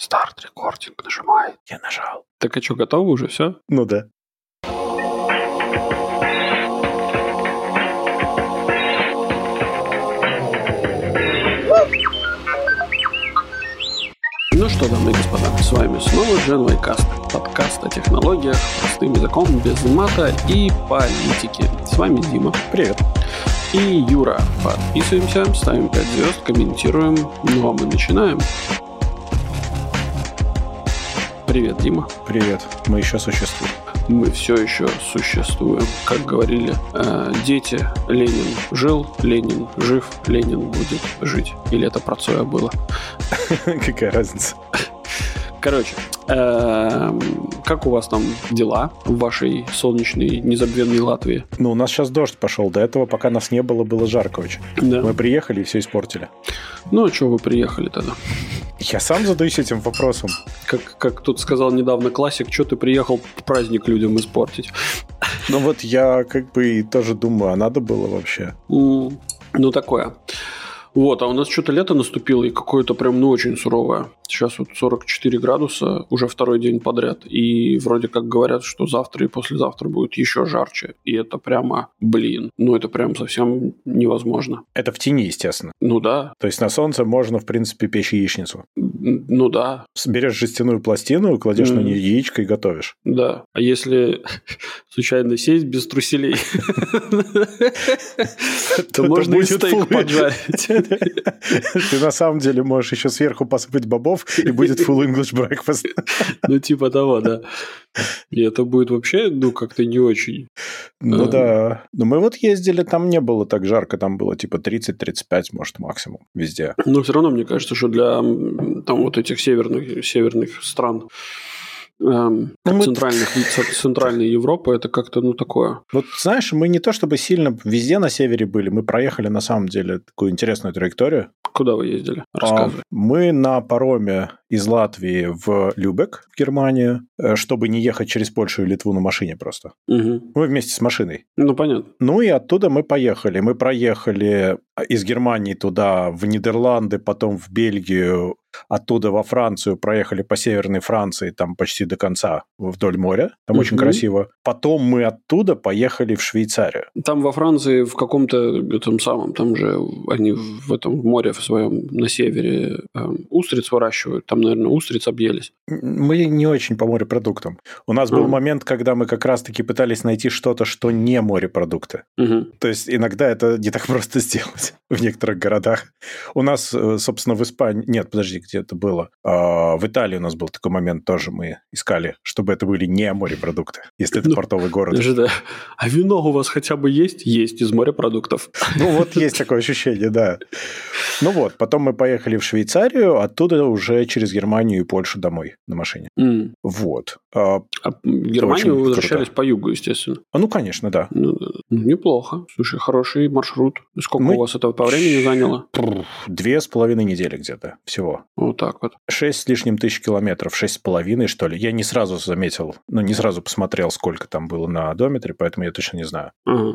Старт рекординг нажимай. Я нажал. Так а что, готовы уже, все? Ну да. Ну что, дамы и господа, с вами снова GenYcast, подкаст о технологиях простым языком, без мата и политики. С вами Дима. Привет. И Юра. Подписываемся, ставим 5 звезд, комментируем. Ну а мы начинаем. Привет, Дима. Привет. Мы еще существуем. Мы все еще существуем. Как говорили дети, Ленин жил, Ленин жив, Ленин будет жить. Или это про Цоя было? Какая разница? Короче, как у вас там дела в вашей солнечной, незабвенной Латвии? Ну, у нас сейчас дождь пошел. До этого, пока нас не было, было жарко очень. Да. Мы приехали и все испортили. Ну, а что вы приехали тогда? Я сам задаюсь этим вопросом. Как тут сказал недавно классик, что ты приехал праздник людям испортить? Ну вот я как бы и тоже думаю, а надо было вообще? Ну, такое. Вот, а у нас что-то лето наступило, и какое-то прям, очень суровое. Сейчас вот 44 градуса уже второй день подряд. И вроде как говорят, что завтра и послезавтра будет еще жарче. И это прямо, это прям совсем невозможно. Это в тени, естественно. Ну да. То есть на солнце можно, в принципе, печь яичницу. Ну да. Берешь жестяную пластину, кладешь на нее яичко и готовишь. Да. А если случайно сесть без труселей, то можно и стейк поджарить. Ты на самом деле можешь еще сверху посыпать бобов, и будет full English breakfast. Ну, типа того, да. И это будет вообще, как-то не очень. Ну да. Но мы вот ездили, там не было так жарко, там было типа 30-35, может, максимум везде. Но все равно, мне кажется, что для там вот этих северных стран, центральной Европы, это как-то, такое. Вот, знаешь, мы не то чтобы сильно везде на севере были, мы проехали, на самом деле, такую интересную траекторию. Куда вы ездили? Рассказывай. Мы на пароме из Латвии в Любек, в Германию, чтобы не ехать через Польшу и Литву на машине просто. Угу. Мы вместе с машиной. Ну, понятно. Ну, и оттуда мы поехали. Мы проехали из Германии туда, в Нидерланды, потом в Бельгию, оттуда во Францию, проехали по Северной Франции, там почти до конца вдоль моря. Там очень красиво. Потом мы оттуда поехали в Швейцарию. Там во Франции в каком-то этом самом, там же они в этом море в своем на севере устриц выращивают. Там, наверное, устриц объелись. Мы не очень по морепродуктам. У нас был момент, когда мы как раз-таки пытались найти что-то, что не морепродукты. То есть иногда это не так просто сделать в некоторых городах. У нас, собственно, в Испании... Нет, подожди, где это было? В Италии у нас был такой момент, тоже мы искали, чтобы это были не морепродукты, если это портовый город. Да. А вино у вас хотя бы есть? Есть из морепродуктов. Ну, вот есть такое ощущение, да. Ну вот, потом мы поехали в Швейцарию, оттуда уже через Германию и Польшу домой на машине. Вот. А в Германию вы возвращались по югу, естественно. Ну, конечно, да. Неплохо. Слушай, хороший маршрут. Сколько у вас этого по времени заняло? 2,5 недели где-то всего. Вот так вот. 6 с лишним тысяч километров, 6,5, что ли. Я не сразу заметил, не сразу посмотрел, сколько там было на одометре, поэтому я точно не знаю.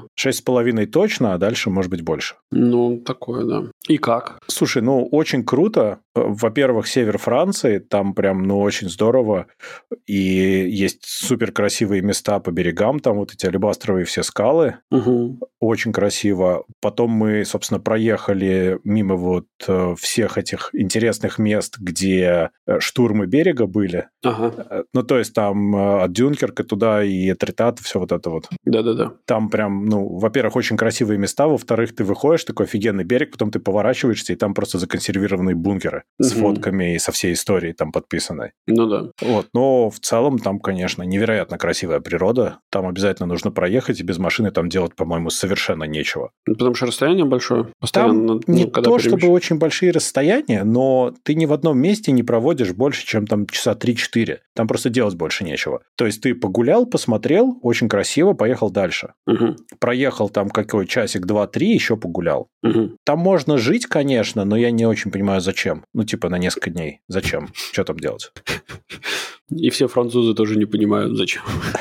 6,5 точно, а дальше может быть больше. Ну, такое, да. И как? Слушай, очень круто. Во-первых, север Франции, там прям, очень здорово. И есть супер красивые места по берегам, там вот эти алебастровые все скалы. Очень красиво. Потом мы, собственно, проехали мимо вот всех этих интересных мест, где штурмы берега были. Ну, то есть там от Дюнкерка туда и Этретат, все вот это вот. Да-да-да. Там прям, во-первых, очень красивые места, во-вторых, ты выходишь, такой офигенный берег, потом ты поворачиваешься, и там просто законсервированные бункеры с фотками и со всей историей там подписанной. Ну да. Вот, но в целом там, конечно, невероятно красивая природа. Там обязательно нужно проехать, и без машины там делать, по-моему, совершенно нечего. Потому что расстояние большое. Постоянно, там не то, чтобы очень большие расстояния, но ты ни в одном месте не проводишь больше, чем там часа 3-4. Там просто делать больше нечего. То есть ты погулял, посмотрел, очень красиво, поехал дальше. Проехал там какой часик, 2-3, еще погулял. Там можно жить, конечно, но я не очень понимаю, зачем. На несколько дней. Зачем? Что там делать? И все французы тоже не понимают, зачем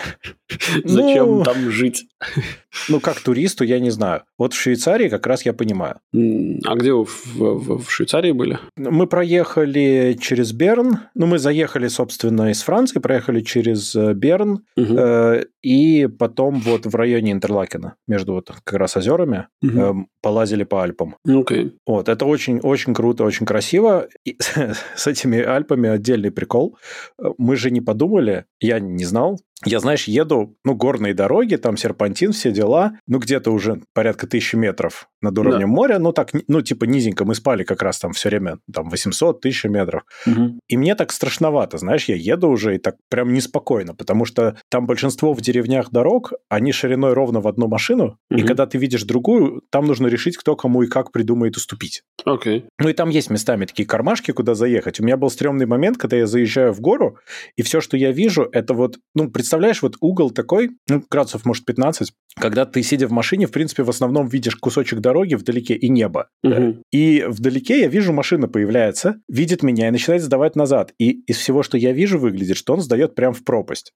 там жить. Ну, как туристу, я не знаю. Вот в Швейцарии как раз я понимаю. А где вы в Швейцарии были? Мы проехали через Берн. Ну, мы заехали, собственно, из Франции, проехали через Берн, и потом вот в районе Интерлакена, между вот как раз озерами, полазили по Альпам. Okay. Вот, это очень круто, очень красиво. И с этими Альпами отдельный прикол. Мы же не подумали, я не знал. Я, знаешь, еду, горные дороги, там серпантин, все дела, где-то уже порядка 1000 метров над уровнем моря, типа низенько, мы спали как раз там все время, там 800-1000 метров. И мне так страшновато, знаешь, я еду уже и так прям неспокойно, потому что там большинство в деревнях дорог, они шириной ровно в одну машину, и когда ты видишь другую, там нужно решить, кто кому и как придумает уступить. Okay. Ну и там есть местами такие кармашки, куда заехать. У меня был стрёмный момент, когда я заезжаю в гору, и все, что я вижу, это вот, представляешь, вот угол такой, градусов, может, 15, когда ты, сидя в машине, в принципе, в основном видишь кусочек дороги вдалеке и небо. И вдалеке я вижу, машина появляется, видит меня и начинает сдавать назад. И из всего, что я вижу, выглядит, что он сдает прямо в пропасть.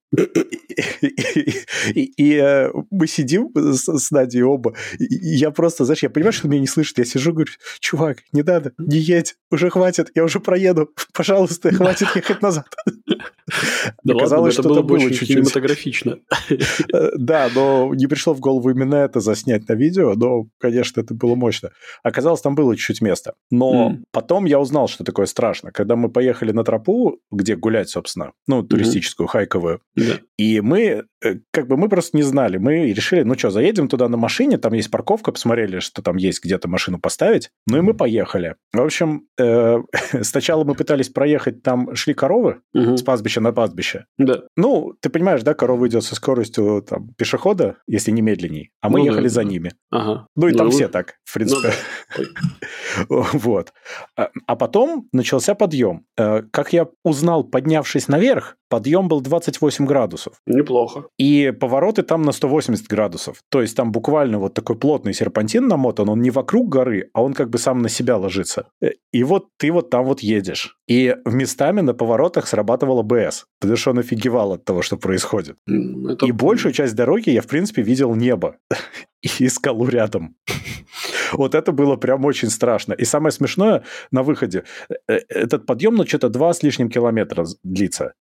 И мы сидим с Надей оба, и я просто, знаешь, я понимаю, что он меня не слышит, я сижу, говорю, чувак, не надо, не едь, уже хватит, я уже проеду, пожалуйста, хватит ехать назад. Да оказалось, ладно, что это было очень кинематографично. Да, но не пришло в голову именно это заснять на видео, но, конечно, это было мощно. Оказалось, там было чуть-чуть места. Но потом я узнал, что такое страшно. Когда мы поехали на тропу, где гулять, собственно, туристическую, хайковую, и мы просто не знали. Мы решили, заедем туда на машине, там есть парковка, посмотрели, что там есть где-то машину поставить, и мы поехали. В общем, сначала мы пытались проехать, там шли коровы с пастбища на пастбище. Да. Ты понимаешь, да, корова идет со скоростью пешехода, если не медленней, а мы ехали за ними. Ага. И там все так, в принципе. Вот. А потом начался подъем. Как я узнал, поднявшись наверх, подъем был 28 градусов. Неплохо. И повороты там на 180 градусов. То есть там буквально вот такой плотный серпантин намотан, он не вокруг горы, а он как бы сам на себя ложится. И вот ты вот там вот едешь. И местами на поворотах срабатывал АБС, потому что он офигевал от того, что происходит. И большую часть дороги я, в принципе, видел небо и скалу рядом. Вот это было прям очень страшно. И самое смешное, на выходе, этот подъем, что-то 2 с лишним километра длится.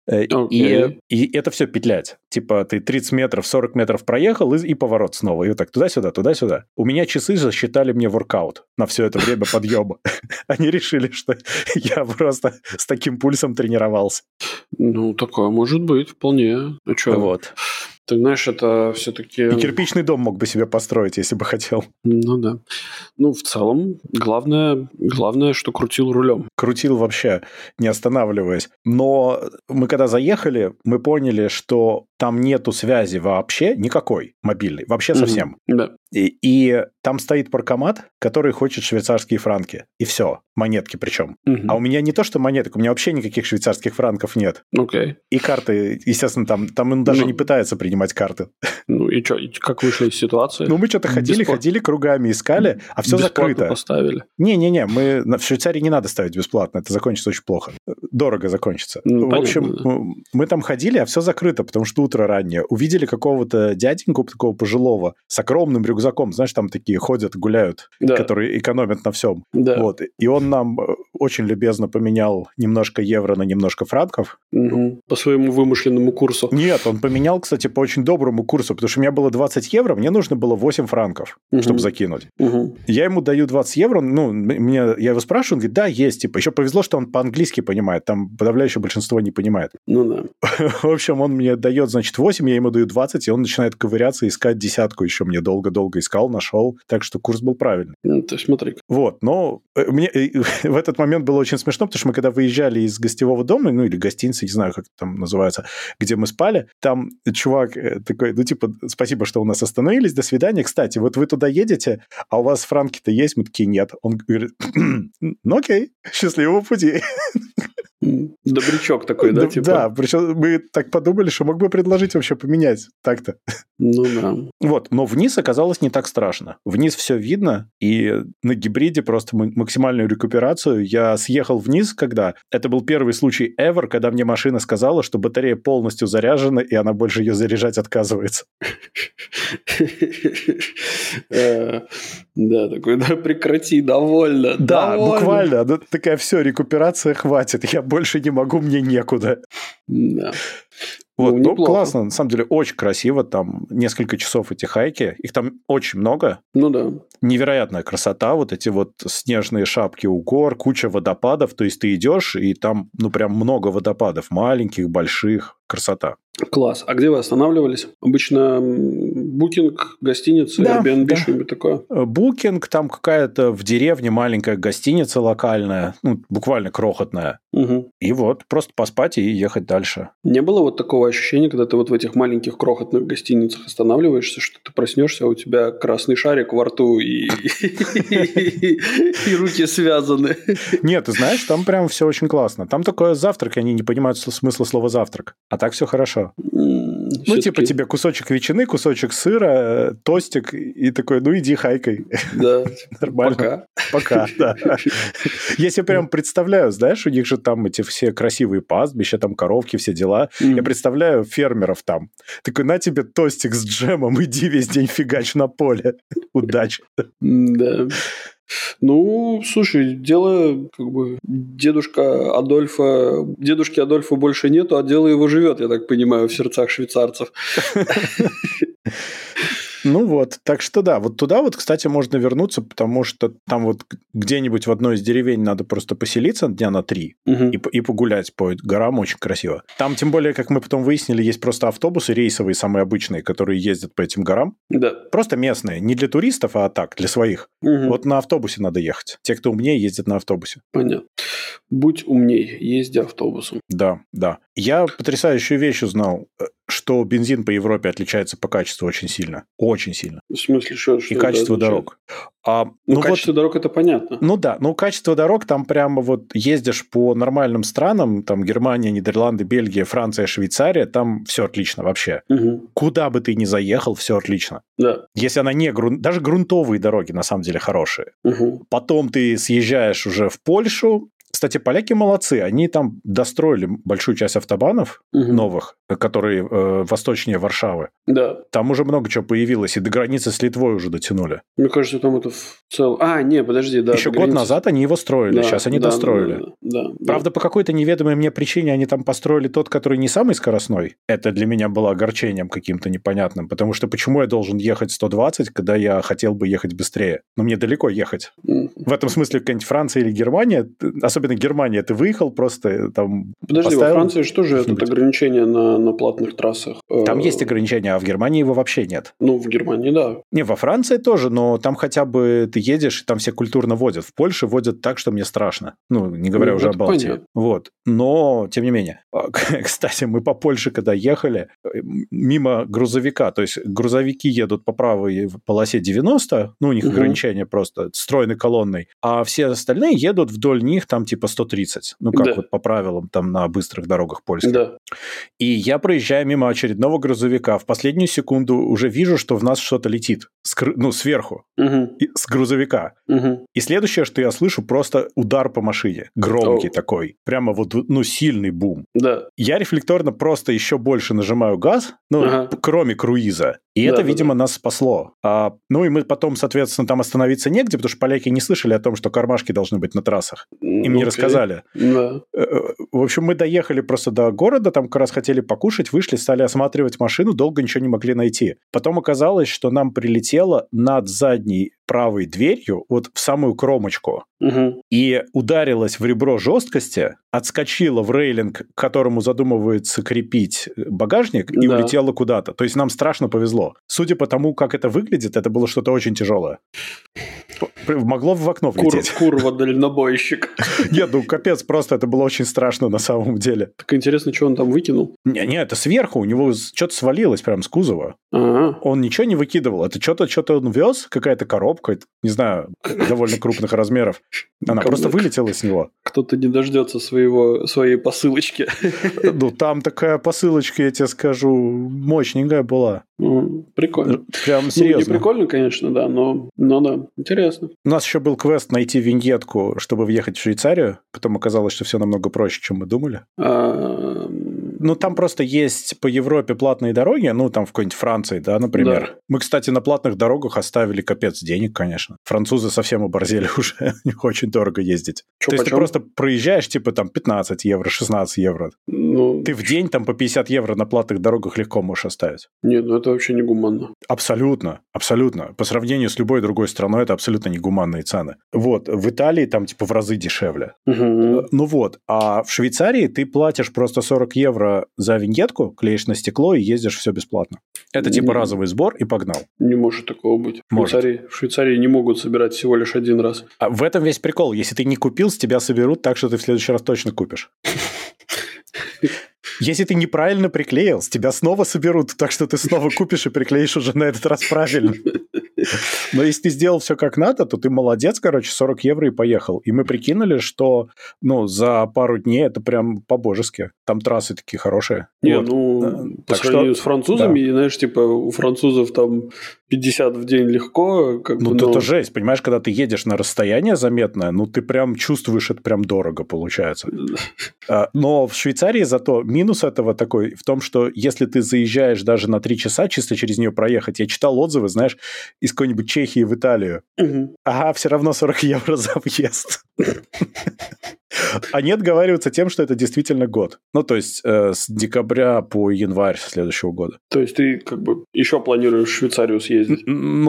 И это все петлять. Типа ты 30 метров, 40 метров проехал и поворот снова. И вот так туда-сюда, туда-сюда. У меня часы засчитали мне воркаут на все это время подъема. Они решили, что я просто с таким пульсом тренировался. Такое может быть, вполне. Ну что? Вот. Ты знаешь, это все-таки... И кирпичный дом мог бы себе построить, если бы хотел. Ну да. В целом, главное, что крутил рулем. Крутил вообще, не останавливаясь. Но мы когда заехали, мы поняли, что там нету связи вообще никакой мобильной. Вообще совсем. Да. И там стоит паркомат, который хочет швейцарские франки. И все. Монетки причем. А у меня не то, что монеток, у меня вообще никаких швейцарских франков нет. Окей. И карты, естественно, там он даже не пытается принимать карты. И что, как вышли из ситуации? Мы что-то ходили кругами, искали, а все закрыто. Поставили. Не-не-не, в Швейцарии не надо ставить бесплатно, это закончится очень плохо. Дорого закончится. В общем, мы там ходили, а все закрыто, потому что утро раннее. Увидели какого-то дяденьку, такого пожилого, с огромным рюкзаком, знаешь, там такие ходят, гуляют, которые экономят на всем. Да. Вот. И он нам очень любезно поменял немножко евро на немножко франков. По своему вымышленному курсу. Нет, он поменял, кстати, по очень доброму курсу, потому что у меня было 20 евро, мне нужно было 8 франков, чтобы закинуть. Я ему даю 20 евро, я его спрашиваю, он говорит, да, есть, еще повезло, что он по-английски понимает, там подавляющее большинство не понимает. Да. В общем, он мне дает, 8, я ему даю 20, и он начинает ковыряться, искать десятку еще, мне долго-долго искал, нашел, так что курс был правильный. Ты смотри. Вот, но мне в этот момент было очень смешно, потому что мы когда выезжали из гостевого дома, или гостиницы, не знаю, как это там называется, где мы спали, там чувак такой, спасибо, что у нас остановились, до свидания. Кстати, вот вы туда едете, а у вас франки-то есть? Мы такие, нет. Он говорит, окей, счастливого пути. Добрячок такой, да, типа? Да, причем мы так подумали, что мог бы предложить вообще поменять так-то. Ну да. Вот, но вниз оказалось не так страшно. Вниз все видно, и на гибриде просто максимальную рекуперацию. Я съехал вниз, когда... Это был первый случай ever, когда мне машина сказала, что батарея полностью заряжена, и она больше ее заряжать отказывается. Да, такой, да прекрати, довольно. Да, буквально. Такая, все, рекуперация хватит, я больше не могу, мне некуда. Да. Вот, ну, классно, на самом деле, очень красиво, там несколько часов эти хайки, их там очень много. Ну да. Невероятная красота, вот эти вот снежные шапки у гор, куча водопадов, то есть ты идешь, и там, ну, прям много водопадов, маленьких, больших, красота. Класс. А где вы останавливались? Обычно букинг, гостиница, Airbnb, что-нибудь такое? Букинг, там какая-то в деревне маленькая гостиница локальная, ну, буквально крохотная. Угу. И вот, просто поспать и ехать дальше. Не было вот такого ощущения, когда ты вот в этих маленьких крохотных гостиницах останавливаешься, что ты проснешься, а у тебя красный шарик во рту и руки связаны? Нет, ты знаешь, там прям все очень классно. Там такое завтрак, они не понимают смысла слова завтрак. А так все хорошо. Ну, типа тебе кусочек ветчины, кусочек сыра, тостик, и такой, ну, иди хайкой. Да, нормально. Пока, да. Я себе прям представляю, знаешь, у них же там эти все красивые пастбища, там коровки, все дела. Я представляю фермеров там. Такой, на тебе тостик с джемом, иди весь день фигач на поле. Удачи. Да. Ну, слушай, дело как бы дедушки Адольфа больше нету, а дело его живет, я так понимаю, в сердцах швейцарцев. Ну вот, так что да, вот туда вот, кстати, можно вернуться, потому что там вот где-нибудь в одной из деревень надо просто поселиться дня на 3 и погулять по горам, очень красиво. Там, тем более, как мы потом выяснили, есть просто автобусы рейсовые, самые обычные, которые ездят по этим горам. Да. Просто местные, не для туристов, а так, для своих. Вот на автобусе надо ехать. Те, кто умнее, ездят на автобусе. Понятно. Будь умней, езди автобусом. Да, да. Я потрясающую вещь узнал, что бензин по Европе отличается по качеству очень сильно. Очень сильно. В смысле, что и качество дорог. Качество дорог это понятно. Ну да, качество дорог там прямо вот ездишь по нормальным странам, там Германия, Нидерланды, Бельгия, Франция, Швейцария, там все отлично вообще. Куда бы ты ни заехал, все отлично. Да. Если она не даже грунтовые дороги на самом деле хорошие. Потом ты съезжаешь уже в Польшу. Кстати, поляки молодцы, они там достроили большую часть автобанов новых, которые восточнее Варшавы. Да. Там уже много чего появилось, и до границы с Литвой уже дотянули. Мне кажется, там это в целом... подожди, да. Еще год назад они его строили, да, сейчас они достроили. Да. Правда, по какой-то неведомой мне причине они там построили тот, который не самый скоростной. Это для меня было огорчением каким-то непонятным, потому что почему я должен ехать 120, когда я хотел бы ехать быстрее? Но мне далеко ехать. В этом смысле какая-нибудь Франция или Германия, особенно Германия, ты выехал просто там... Подожди, во Франции что же это ограничение на платных трассах? Там есть ограничения, а в Германии его вообще нет. Ну, в Германии, да. Не, во Франции тоже, но там хотя бы ты едешь, и там все культурно водят. В Польше водят так, что мне страшно. Ну, не говоря уже о Балтии. Понятно. Вот. Но, тем не менее. Кстати, мы по Польше, когда ехали, мимо грузовика, то есть грузовики едут по правой полосе 90, ну, у них ограничение просто стройной колонной, а все остальные едут вдоль них там типа 130. Ну, как вот по правилам там на быстрых дорогах польских. Да. И я проезжаю мимо очередного грузовика. В последнюю секунду уже вижу, что в нас что-то летит. Сверху. С грузовика. И следующее, что я слышу, просто удар по машине. Громкий такой. Прямо вот, сильный бум. Да. Я рефлекторно просто еще больше нажимаю газ, кроме круиза. И это, видимо, нас спасло. Ну, и мы потом, соответственно, там остановиться негде, потому что поляки не слышали о том, что кармашки должны быть на трассах. Им не рассказали. Да. В общем, мы доехали просто до города, там как раз хотели покушать, вышли, стали осматривать машину, долго ничего не могли найти. Потом оказалось, что нам прилетело над задней правой дверью, вот в самую кромочку, и ударилась в ребро жесткости, отскочила в рейлинг, к которому задумывается крепить багажник, и улетела куда-то. То есть нам страшно повезло. Судя по тому, как это выглядит, это было что-то очень тяжелое. Могло в окно влететь. Курва-дальнобойщик. Нет, ну капец, просто это было очень страшно на самом деле. Так интересно, что он там выкинул? Не, это сверху, у него что-то свалилось прям с кузова. А-а-а. Он ничего не выкидывал, это что-то он вез, какая-то коробка, не знаю, довольно крупных размеров. Она просто вылетела с него. Кто-то не дождется своей посылочки. Ну, там такая посылочка, я тебе скажу, мощненькая была. Прикольно. Прям серьезно. Не прикольно, конечно, да, но да, интересно. У нас еще был квест найти виньетку, чтобы въехать в Швейцарию. Потом оказалось, что все намного проще, чем мы думали. Ну, там просто есть по Европе платные дороги, ну, там в какой-нибудь Франции, да, например. Да. Мы, кстати, на платных дорогах оставили капец денег, конечно. Французы совсем оборзели уже, у них очень дорого ездить. То есть ты просто проезжаешь, типа, там, 15 евро, 16 евро. Ну... Ты в день там по 50 евро на платных дорогах легко можешь оставить. Нет, ну это вообще не гуманно. Абсолютно, абсолютно. По сравнению с любой другой страной, это абсолютно негуманные цены. Вот, в Италии там, типа, в разы дешевле. Угу. Ну вот, а в Швейцарии ты платишь просто 40 евро за виньетку, клеишь на стекло и ездишь все бесплатно. Это типа разовый сбор и погнал. Не может такого быть. Может. В Швейцарии не могут собирать всего лишь один раз. А в этом весь прикол. Если ты не купил, с тебя соберут так, что ты в следующий раз точно купишь. Если ты неправильно приклеил, с тебя снова соберут, так что ты снова купишь и приклеишь уже на этот раз правильно. Но если ты сделал все как надо, то ты молодец, короче, 40 евро и поехал. И мы прикинули, что за пару дней это прям по-божески. Там трассы такие хорошие. Не, по сравнению с французами, да. Знаешь, типа у французов там 50 в день легко. Это жесть, понимаешь, когда ты едешь на расстояние заметное, ты прям чувствуешь, это прям дорого получается. Но в Швейцарии зато минус этого такой в том, что если ты заезжаешь даже на 3 часа чисто через нее проехать, я читал отзывы, знаешь, из какой-нибудь Чехии в Италию. Угу. Ага, все равно 40 евро за въезд. Они отговариваются тем, что это действительно год. То есть с декабря по январь следующего года. То есть ты как бы еще планируешь в Швейцарию съездить?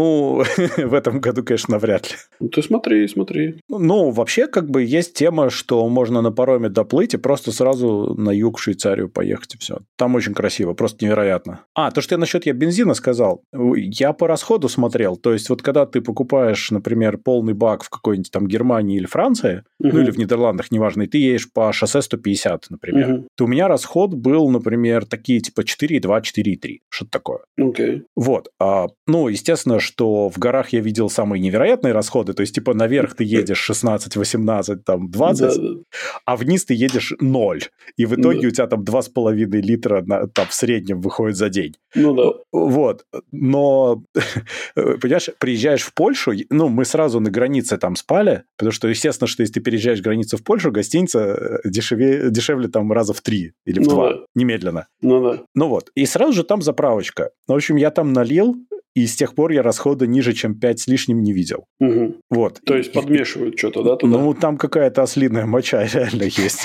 В этом году, конечно, навряд ли. Ты смотри. Вообще, как бы есть тема, что можно на пароме доплыть и просто сразу на юг в Швейцарию поехать, и все. Там очень красиво, просто невероятно. То, что я бензина сказал. Я по расходу смотрел. То есть, вот когда ты покупаешь, например, полный бак в какой-нибудь там Германии или Франции, или в Нидерландах, неважно, и ты едешь по шоссе 150, например, то у меня расход был, например, такие типа 4,2, 4,3. Что-то такое. Окей. Вот. Естественно, что в горах я видел самые невероятные расходы. То есть, типа, наверх ты едешь 16, 18, там, 20, а вниз ты едешь 0. И в итоге у тебя там 2,5 литра там, в среднем выходит за день. Вот. Но, понимаешь, приезжаешь в Польшу, мы сразу на границе там спали, потому что, естественно, что если ты переезжаешь границу в Польшу, гостиница дешевле там раза в 3 или в 2, немедленно. Вот. И сразу же там заправочка. В общем, я там налил, и с тех пор я расходы ниже, чем 5 с лишним не видел. Угу. Вот. То есть подмешивают что-то, да, туда? Там какая-то ослиная моча реально есть.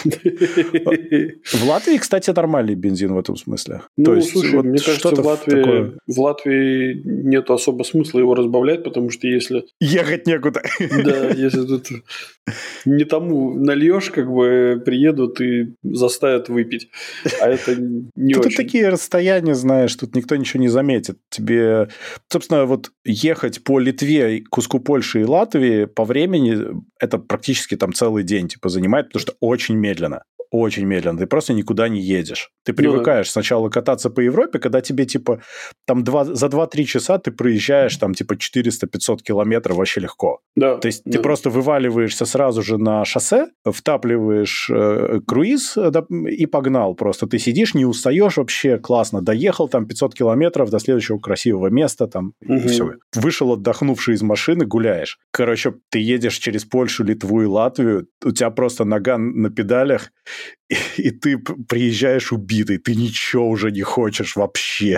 В Латвии, кстати, нормальный бензин в этом смысле. Слушай, мне кажется, в Латвии нет особо смысла его разбавлять, потому что если... Ехать некуда. Да, если тут не тому нальешь, как бы приедут и заставят выпить. А это не очень. Тут такие расстояния, знаешь, тут никто ничего не заметит. Тебе... Собственно, вот ехать по Литве, куску Польши и Латвии по времени это практически там целый день занимает, потому что очень медленно. Очень медленно. Ты просто никуда не едешь. Ты привыкаешь сначала кататься по Европе, когда тебе, там за 2-3 часа ты проезжаешь, там, 400-500 километров вообще легко. Да. То есть ты просто вываливаешься сразу же на шоссе, втапливаешь круиз и погнал просто. Ты сидишь, не устаешь вообще, классно. Доехал там 500 километров до следующего красивого места, там, и все. Вышел отдохнувший из машины, гуляешь. Короче, ты едешь через Польшу, Литву и Латвию, у тебя просто нога на педалях, и ты приезжаешь убитый, ты ничего уже не хочешь вообще.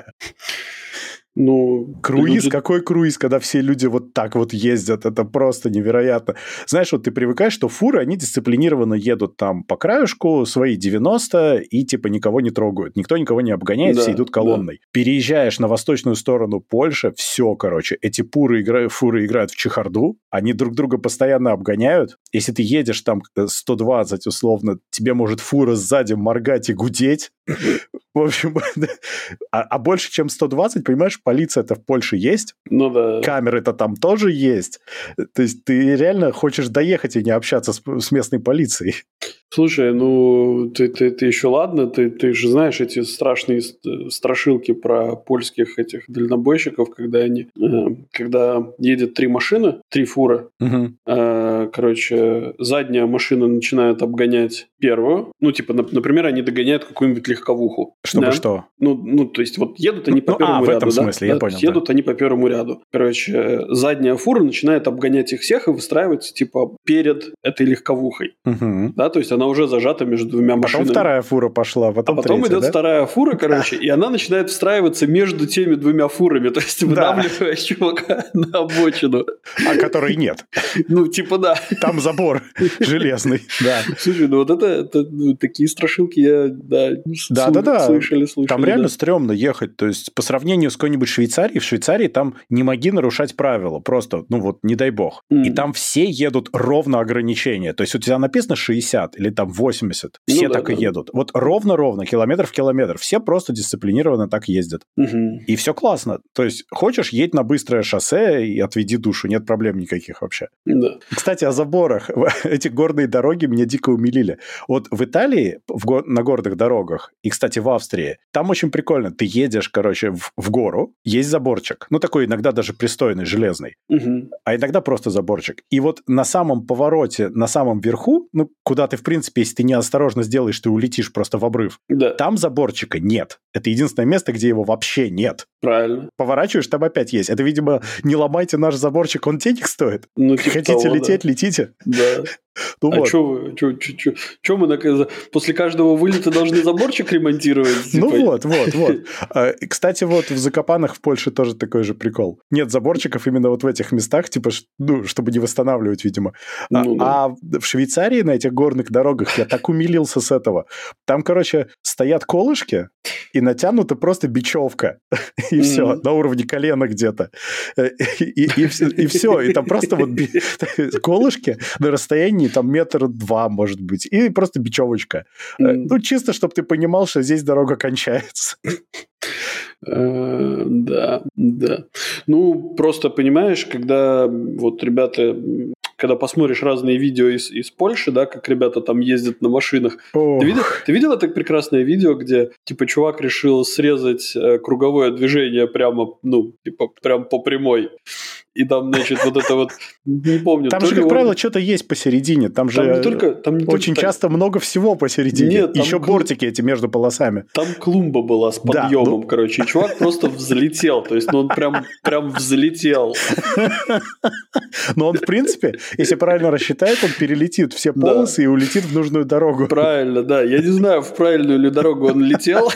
Круиз, какой круиз, когда все люди вот так вот ездят, это просто невероятно. Знаешь, вот ты привыкаешь, что фуры, они дисциплинированно едут там по краюшку, свои 90, и никого не трогают. Никто никого не обгоняет, все идут колонной. Переезжаешь на восточную сторону Польши, все, короче, эти фуры играют в чехарду, они друг друга постоянно обгоняют. Если ты едешь там 120, условно, тебе может фура сзади моргать и гудеть. В общем, а больше, чем 120, понимаешь, полиция-то в Польше есть. Ну да. Камеры-то там тоже есть. То есть ты реально хочешь доехать и не общаться с местной полицией. Слушай, ну, ты еще ладно, ты же знаешь эти страшные страшилки про польских этих дальнобойщиков, когда едет 3 машины, 3 фуры, короче, задняя машина начинает обгонять первую, ну, типа, например, они догоняют какую-нибудь легковуху. Чтобы что? Ну, то есть, вот едут они по первому ряду, в этом смысле, я понял. Едут они по первому ряду. Короче, задняя фура начинает обгонять их всех и выстраивается, типа, перед этой легковухой. Да, то есть, она уже зажата между двумя машинами. Потом вторая фура пошла, потом третья, идет вторая фура, короче, и она начинает встраиваться между теми двумя фурами, то есть выдавливая чувака на обочину. А которой нет. Ну, типа, да. Там забор железный, да. Слушай, ну вот это такие страшилки слышали. Там реально стрёмно ехать, то есть по сравнению с какой-нибудь Швейцарией, в Швейцарии там не моги нарушать правила, просто, ну вот, не дай бог. И там все едут ровно ограничения, то есть у тебя написано 60 или там 80, все так и едут. Вот ровно-ровно, километр в километр. Все просто дисциплинированно так ездят. И все классно. То есть хочешь, едь на быстрое шоссе и отведи душу, нет проблем никаких вообще. Да. Кстати, о заборах. Эти горные дороги меня дико умилили. Вот в Италии на горных дорогах, и, кстати, в Австрии, там очень прикольно. Ты едешь, короче, в гору, есть заборчик. Ну, такой иногда даже пристойный, железный. А иногда просто заборчик. И вот на самом повороте, на самом верху, ну, куда ты, в принципе, если ты неосторожно сделаешь, ты улетишь просто в обрыв. Да. Там заборчика нет. Это единственное место, где его вообще нет. Правильно. Поворачиваешь, там опять есть. Это, видимо, не ломайте наш заборчик, он денег стоит. Ну, типа хотите того, лететь, летите. Да. Ну, а что мы после каждого вылета должны заборчик ремонтировать? Ну вот. Кстати, вот в Закопанах в Польше тоже такой же прикол. Нет заборчиков именно вот в этих местах, типа, ну, чтобы не восстанавливать, видимо. А в Швейцарии на этих горных дорогах я так умилился с этого. Там, короче, стоят колышки и натянута просто бечевка. И все, на уровне колена где-то. И все. И там просто вот колышки на расстоянии там 1-2 метра, может быть. И просто бечевочка. Ну, чисто, чтобы ты понимал, что здесь дорога кончается. Да. Ну, просто понимаешь, когда вот ребята... Когда посмотришь разные видео из Польши, да, как ребята там ездят на машинах. Ты видел это прекрасное видео, где, типа, чувак решил срезать круговое движение прямо по прямой? И там, значит, вот это вот, не помню. Там же, как правило, что-то есть посередине. Там же очень часто много всего посередине. Нет, еще бортики эти между полосами. Там клумба была с подъемом, короче. И чувак просто взлетел. То есть, он прям взлетел. Но он, в принципе, если правильно рассчитает, он перелетит все полосы и улетит в нужную дорогу. Правильно, да. Я не знаю, в правильную ли дорогу он летел.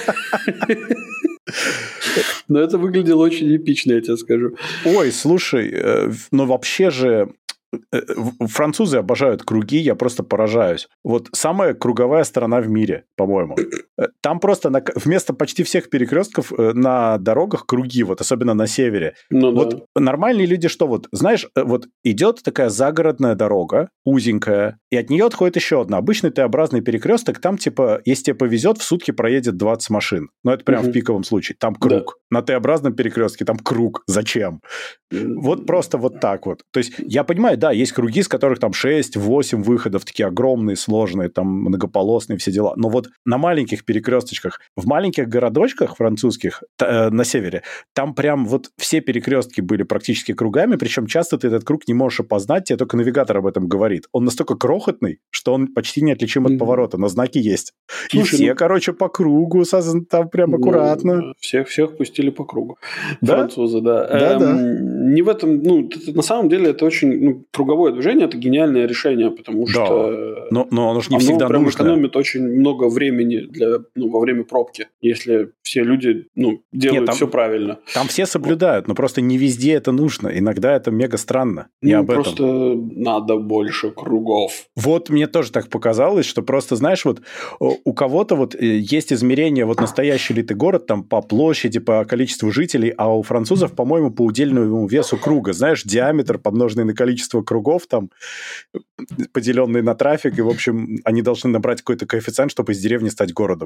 Но это выглядело очень эпично, я тебе скажу. Ой, слушай, но вообще же французы обожают круги, я просто поражаюсь. Вот самая круговая страна в мире, по-моему. Там просто вместо почти всех перекрестков на дорогах круги, вот особенно на севере. Вот нормальные люди что вот, знаешь, вот идет такая загородная дорога, узенькая, и от нее отходит еще одна. Обычный Т-образный перекресток, там типа, если тебе повезет, в сутки проедет 20 машин. Но это прям в пиковом случае. Там круг. На Т-образном перекрестке там круг. Зачем? Вот просто вот так вот. То есть я понимаю, да, есть круги, с которых там 6-8 выходов, такие огромные, сложные, там многополосные, все дела. Но вот на маленьких перекресточках, в маленьких городочках французских на севере, там прям вот все перекрестки были практически кругами, причем часто ты этот круг не можешь опознать, тебе только навигатор об этом говорит. Он настолько крохотный, что он почти неотличим от поворота, но знаки есть. Слушай, и все, короче, по кругу, там прям аккуратно. Всех пустили по кругу. Да? Французы, да. Да. Не в этом, на самом деле это очень, круговое движение, это гениальное решение, потому что... Но оно же не всегда прям нужно. Экономит очень много времени во время пробки, если все люди делают все правильно. Там все соблюдают, но просто не везде это нужно. Иногда это мега странно. Просто надо больше кругов. Вот мне тоже так показалось, что просто, знаешь, вот у кого-то вот есть измерение, вот настоящий ли ты город там по площади, по количеству жителей, а у французов, по-моему, по удельному весу круга. Знаешь, диаметр, помноженный на количество кругов, там, поделенный на трафик, и, в общем, они должны набрать какой-то коэффициент, чтобы из деревни стать городом.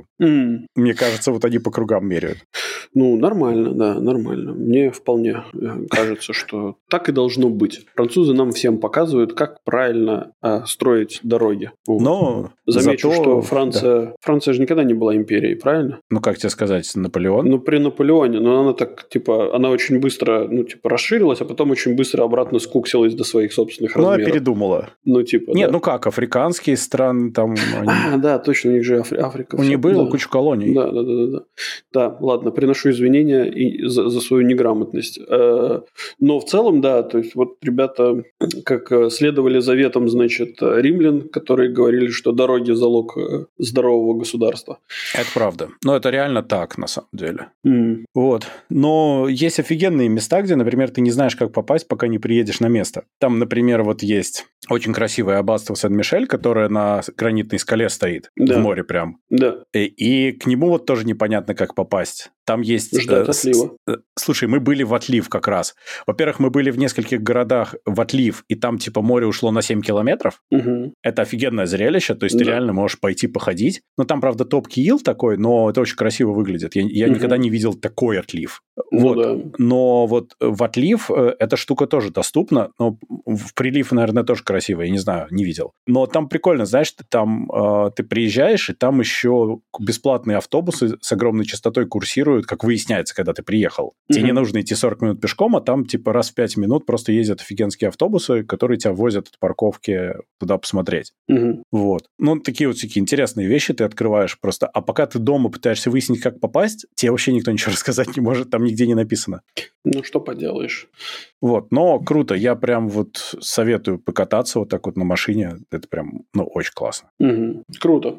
кругом. Мне кажется, вот они по кругам меряют. Ну, нормально, да, нормально. Мне вполне кажется, что так и должно быть. Французы нам всем показывают, как правильно строить дороги. Вот. Но замечу, зато, что Франция же никогда не была империей, правильно? Ну, как тебе сказать, Наполеон? Ну, при Наполеоне, но она так, типа, она очень быстро, ну, типа, расширилась, а потом очень быстро обратно скуксилась до своих собственных размеров. Ну, она передумала. Ну, типа, нет, да. ну как, африканские страны там... Да, точно, у них же Африка. У них было куча колоний. Да. Да, ладно, приношу извинения и за свою неграмотность. Но в целом, да, то есть вот ребята как следовали заветам, значит, римлян, которые говорили, что дороги – залог здорового государства. Это правда. Но это реально так, на самом деле. Вот. Но есть офигенные места, где, например, ты не знаешь, как попасть, пока не приедешь на место. Там, например, вот есть очень красивое аббатство Сен-Мишель, которое на гранитной скале стоит, в море прям. Да. И к нему вот тоже непонятно, как попасть. Там есть... Ждать отлива. Слушай, мы были в отлив как раз. Во-первых, мы были в нескольких городах в отлив, и там типа море ушло на 7 километров. Это офигенное зрелище, то есть ты реально можешь пойти походить. Ну, там, правда, топ-киил такой, но это очень красиво выглядит. Я никогда не видел такой отлив. Вот. Да. Но вот в отлив эта штука тоже доступна, но в прилив, наверное, тоже красиво, я не знаю, не видел. Но там прикольно, знаешь, ты приезжаешь, и там еще бесплатные автобусы с огромной частотой курсируют, как выясняется, когда ты приехал. Тебе не нужно идти 40 минут пешком, а там типа раз в 5 минут просто ездят офигенские автобусы, которые тебя возят от парковки туда посмотреть. Вот. Ну, такие вот всякие интересные вещи ты открываешь просто. А пока ты дома пытаешься выяснить, как попасть, тебе вообще никто ничего рассказать не может, там нигде не написано. Ну, что поделаешь. Вот, но круто. Я прям вот советую покататься вот так вот на машине. Это прям, ну, очень классно. Круто.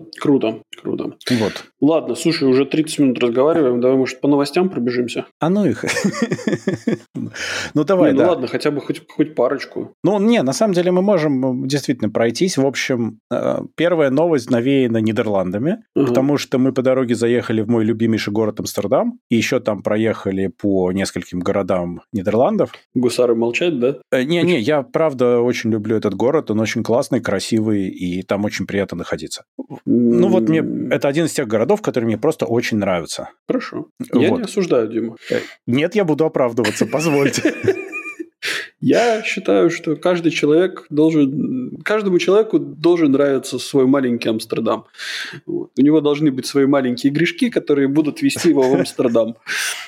Вот. Ладно, слушай, уже 30 минут разговариваем. Давай, может, по новостям пробежимся? А ну их. Ну, давай, да. Ну, ладно, хотя бы хоть парочку. Ну, не, на самом деле мы можем действительно пройтись. В общем, первая новость навеяна Нидерландами, потому что мы по дороге заехали в мой любимейший город Амстердам, и еще там проехали по нескольким городам Нидерландов. Гусары молчать, да? Не, я правда очень люблю этот город, он очень классный, красивый, и там очень приятно находиться. Ну, вот мне это один из тех городов, которые мне просто очень нравятся. Хорошо. Я не осуждаю, Дима. Нет, я буду оправдываться, позвольте. Я считаю, что каждому человеку должен нравиться свой маленький Амстердам. Вот. У него должны быть свои маленькие грешки, которые будут вести его в Амстердам.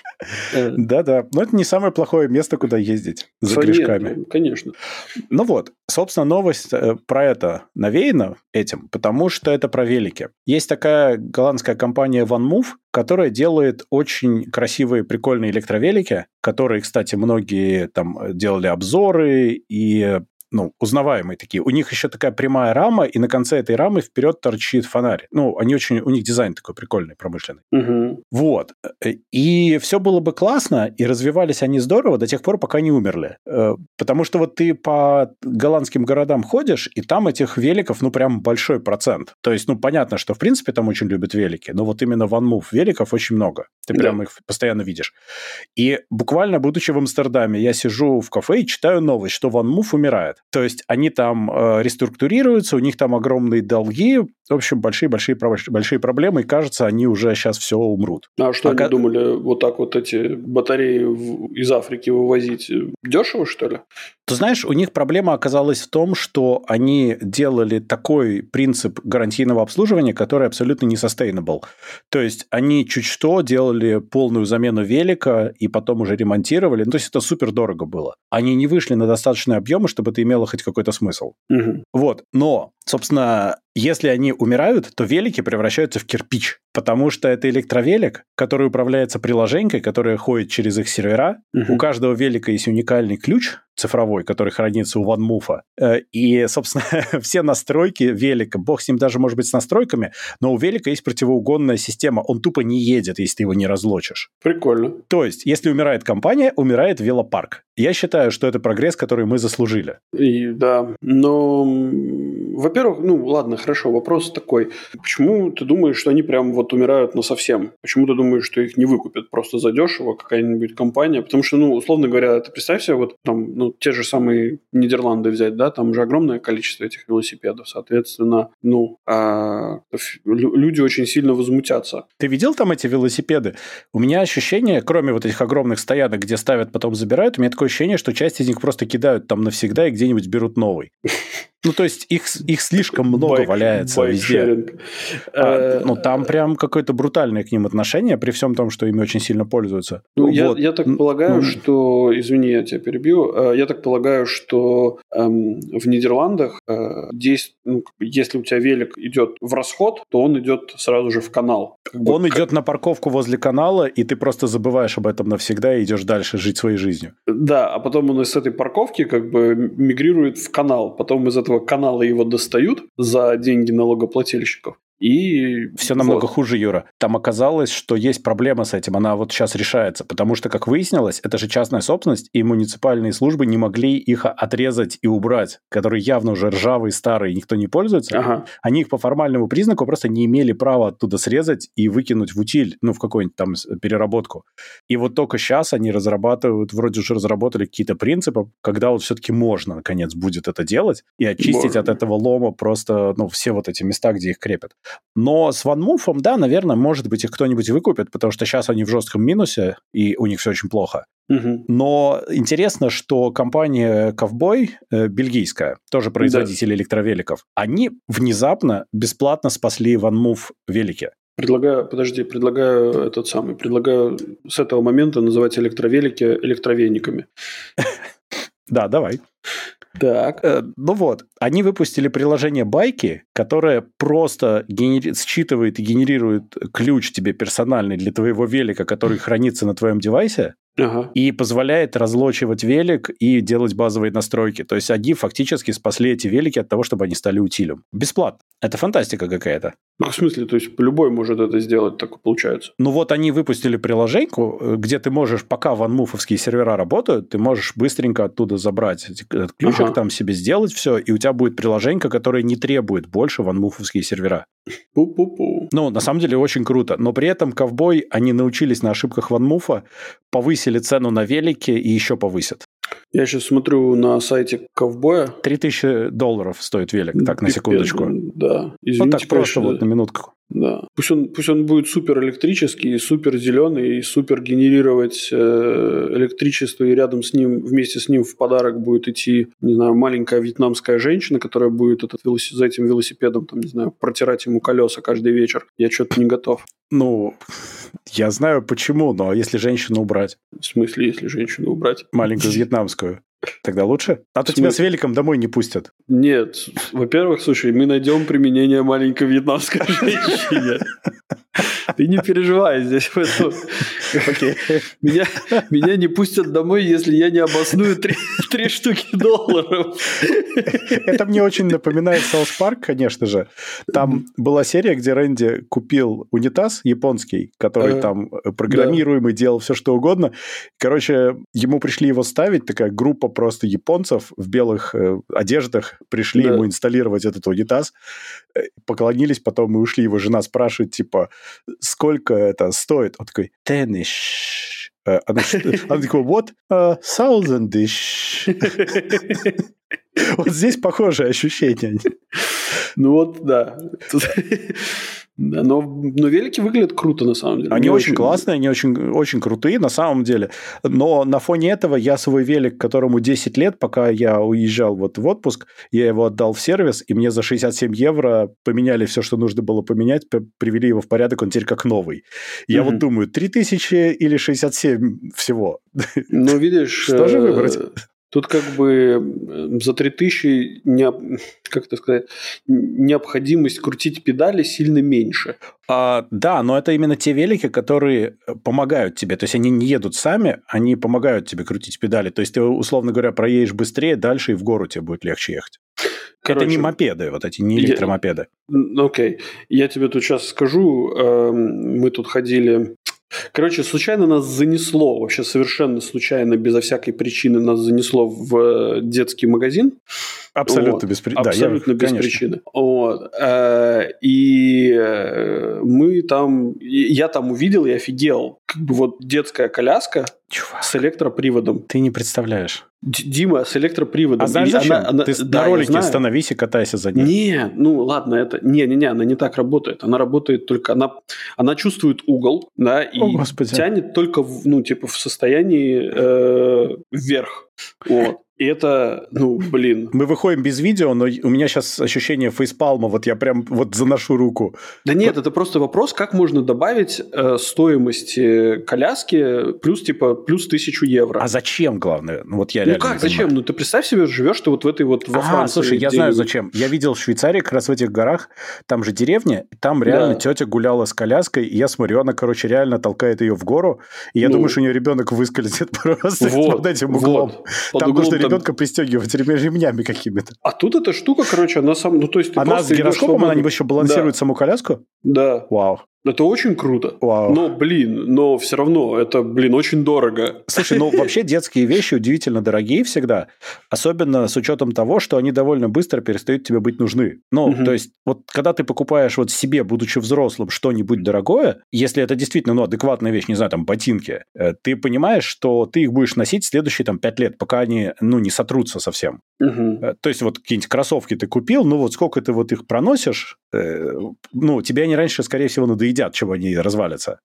Да-да, но это не самое плохое место, куда ездить за грешками. Нет, конечно. Ну вот, собственно, новость про это навеяна этим, потому что это про велики. Есть такая голландская компания OneMove, которая делает очень красивые, прикольные электровелики, которые, кстати, многие там делали обзоры и... Ну, узнаваемые такие. У них еще такая прямая рама, и на конце этой рамы вперед торчит фонарь. Ну, у них дизайн такой прикольный, промышленный. Вот. И все было бы классно, и развивались они здорово до тех пор, пока не умерли. Потому что вот ты по голландским городам ходишь, и там этих великов, ну, прям большой процент. То есть, ну, понятно, что, в принципе, там очень любят велики, но вот именно OneMove великов очень много. Ты прям их постоянно видишь. И буквально, будучи в Амстердаме, я сижу в кафе и читаю новость, что OneMove умирает. То есть они там реструктурируются, у них там огромные долги, в общем, большие проблемы, и кажется, они уже сейчас все умрут. А что они думали, вот так вот эти батареи из Африки вывозить дешево, что ли? Ты знаешь, у них проблема оказалась в том, что они делали такой принцип гарантийного обслуживания, который абсолютно не sustainable. То есть они чуть что делали полную замену велика и потом уже ремонтировали. Ну, то есть это супер дорого было. Они не вышли на достаточные объемы, чтобы это имело хоть какой-то смысл. Вот. Но, собственно, если они умирают, то велики превращаются в кирпич, потому что это электровелик, который управляется приложенькой, которая ходит через их сервера. У каждого велика есть уникальный ключ цифровой, который хранится у OneMove. И, собственно, все настройки велика, бог с ним даже, может быть, с настройками, но у велика есть противоугонная система. Он тупо не едет, если ты его не разлочишь. Прикольно. То есть, если умирает компания, умирает велопарк. Я считаю, что это прогресс, который мы заслужили. Да, но, во-первых, во-первых, ладно, хорошо, вопрос такой. Почему ты думаешь, что они прям вот умирают насовсем? Почему ты думаешь, что их не выкупят просто задешево какая-нибудь компания? Потому что, условно говоря, ты представь себе, вот там, те же самые Нидерланды взять, да, там же огромное количество этих велосипедов, соответственно, люди очень сильно возмутятся. Ты видел там эти велосипеды? У меня ощущение, кроме вот этих огромных стоянок, где ставят, потом забирают, у меня такое ощущение, что часть из них просто кидают там навсегда и где-нибудь берут новый. То есть их слишком много валяется везде. Там прям какое-то брутальное к ним отношение, при всем том, что ими очень сильно пользуются. Я так полагаю, что... Извини, я тебя перебью. Я так полагаю, что в Нидерландах если у тебя велик идет в расход, то он идет сразу же в канал. Он идет на парковку возле канала, и ты просто забываешь об этом навсегда и идешь дальше жить своей жизнью. Да, а потом он из этой парковки мигрирует в канал. Потом из этого канала его достают за деньги налогоплательщиков. И все намного хуже, Юра. Там оказалось, что есть проблема с этим. Она вот сейчас решается. Потому что, как выяснилось, это же частная собственность, и муниципальные службы не могли их отрезать и убрать, которые явно уже ржавые, старые, никто не пользуется. Ага. Они их по формальному признаку просто не имели права оттуда срезать и выкинуть в утиль, в какую-нибудь там переработку. И вот только сейчас они вроде уже разработали какие-то принципы, когда вот все-таки можно, наконец, будет это делать и очистить от этого лома просто, все вот эти места, где их крепят. Но с OneMove, да, наверное, может быть, их кто-нибудь выкупит, потому что сейчас они в жестком минусе, и у них все очень плохо. Угу. Но интересно, что компания Ковбой, бельгийская, тоже производитель электровеликов, они внезапно бесплатно спасли OneMove велики. Предлагаю с этого момента называть электровелики электровениками. Да, давай. Так. Они выпустили приложение Байки, которое просто считывает и генерирует ключ тебе персональный для твоего велика, который хранится на твоем девайсе, и позволяет разлочивать велик и делать базовые настройки. То есть они фактически спасли эти велики от того, чтобы они стали утилем. Бесплатно. Это фантастика какая-то. В смысле? То есть любой может это сделать, так получается? Они выпустили приложеньку, где ты можешь, пока OneMove-овские сервера работают, ты можешь быстренько оттуда забрать этот ключик, там себе сделать все, и у тебя будет приложенька, которое не требует больше OneMove-овские сервера. Пу-пу-пу. На самом деле очень круто. Но при этом Ковбой, они научились на ошибках OneMove, повысили цену на велики и еще повысят. Я сейчас смотрю на сайте Ковбоя. $3000 стоит велик, так, на секундочку. Да. Извините, так просто на минутку. Да. Пусть он будет супер электрический, супер зеленый, и супер генерировать электричество, и рядом с ним, вместе с ним в подарок будет идти, не знаю, маленькая вьетнамская женщина, которая будет за этим велосипедом, там, не знаю, протирать ему колеса каждый вечер. Я что-то не готов. Я знаю почему, но если женщину убрать? В смысле, если женщину убрать? Маленькую вьетнамскую. Тогда лучше? А то тебя с великом домой не пустят. Нет. Во-первых, слушай, мы найдем применение маленькой вьетнамской женщине. Ты не переживай здесь. Меня не пустят домой, если я не обосную 3 штуки $. Это мне очень напоминает South Park, конечно же. Там была серия, где Рэнди купил унитаз японский, который там программируемый, делал все, что угодно. Короче, ему пришли его ставить, такая группа просто японцев в белых одеждах пришли ему инсталлировать этот унитаз, поклонились, потом и ушли. Его жена спрашивает, типа, сколько это стоит? Он такой, $10. Она такой, what? $1000. Вот здесь похожее ощущение. Да. Но велики выглядят круто, на самом деле. Они очень классные, они очень крутые, на самом деле. Но на фоне этого я свой велик, которому 10 лет, пока я уезжал в отпуск, я его отдал в сервис, и мне за 67 евро поменяли все, что нужно было поменять, привели его в порядок, он теперь как новый. Я вот думаю, 3000 или 67 всего. Ну, видишь... Что же выбрать? Тут за 3000, необходимость крутить педали сильно меньше. Да, но это именно те велики, которые помогают тебе. То есть они не едут сами, они помогают тебе крутить педали. То есть ты, условно говоря, проедешь быстрее, дальше и в гору тебе будет легче ехать. Это не мопеды, не электромопеды. Окей. Я тебе тут сейчас скажу. Мы тут ходили Короче, случайно нас занесло, вообще совершенно случайно, безо всякой причины нас занесло в детский магазин. Абсолютно без причины. Абсолютно без причины. Вот. И мы там... Я там увидел и офигел. Как бы вот детская коляска, чувак, с электроприводом. Ты не представляешь. Дима, с электроприводом. А знаешь зачем? Ты на ролике становись и катайся за ней. Не, ну ладно, это... Не, она не так работает. Она работает только... Она чувствует угол, да, и тянет только, в состоянии вверх. Вот. И это, Мы выходим без видео, но у меня сейчас ощущение фейспалма, вот я прям вот заношу руку. Да нет, это просто вопрос, как можно добавить стоимость коляски плюс 1000 евро. А зачем, главное? Вот я реально как, зачем? Ну, ты представь себе, живешь ты вот в этой вот во Франции. Слушай, я знаю зачем. Я видел в Швейцарии как раз в этих горах, там же деревня, там реально тетя гуляла с коляской, и я смотрю, она, короче, реально толкает ее в гору, и я думаю, что у нее ребенок выскользнет просто под этим углом. Там нужно ребенка пристегивать ремнями какими-то. А тут эта штука, короче, она сам... Ну, то есть, она с гироскопом, она еще балансирует саму коляску? Да. Вау. Это очень круто. Вау. Но все равно это, очень дорого. Слушай, вообще детские вещи удивительно дорогие всегда, особенно с учетом того, что они довольно быстро перестают тебе быть нужны. То есть, вот когда ты покупаешь вот себе, будучи взрослым, что-нибудь дорогое, если это действительно, адекватная вещь, не знаю, там, ботинки, ты понимаешь, что ты их будешь носить следующие, 5 лет, пока они, не сотрутся совсем. То есть, вот какие-нибудь кроссовки ты купил, сколько ты вот их проносишь, тебе они раньше, скорее всего, надоедят, чего они развалятся.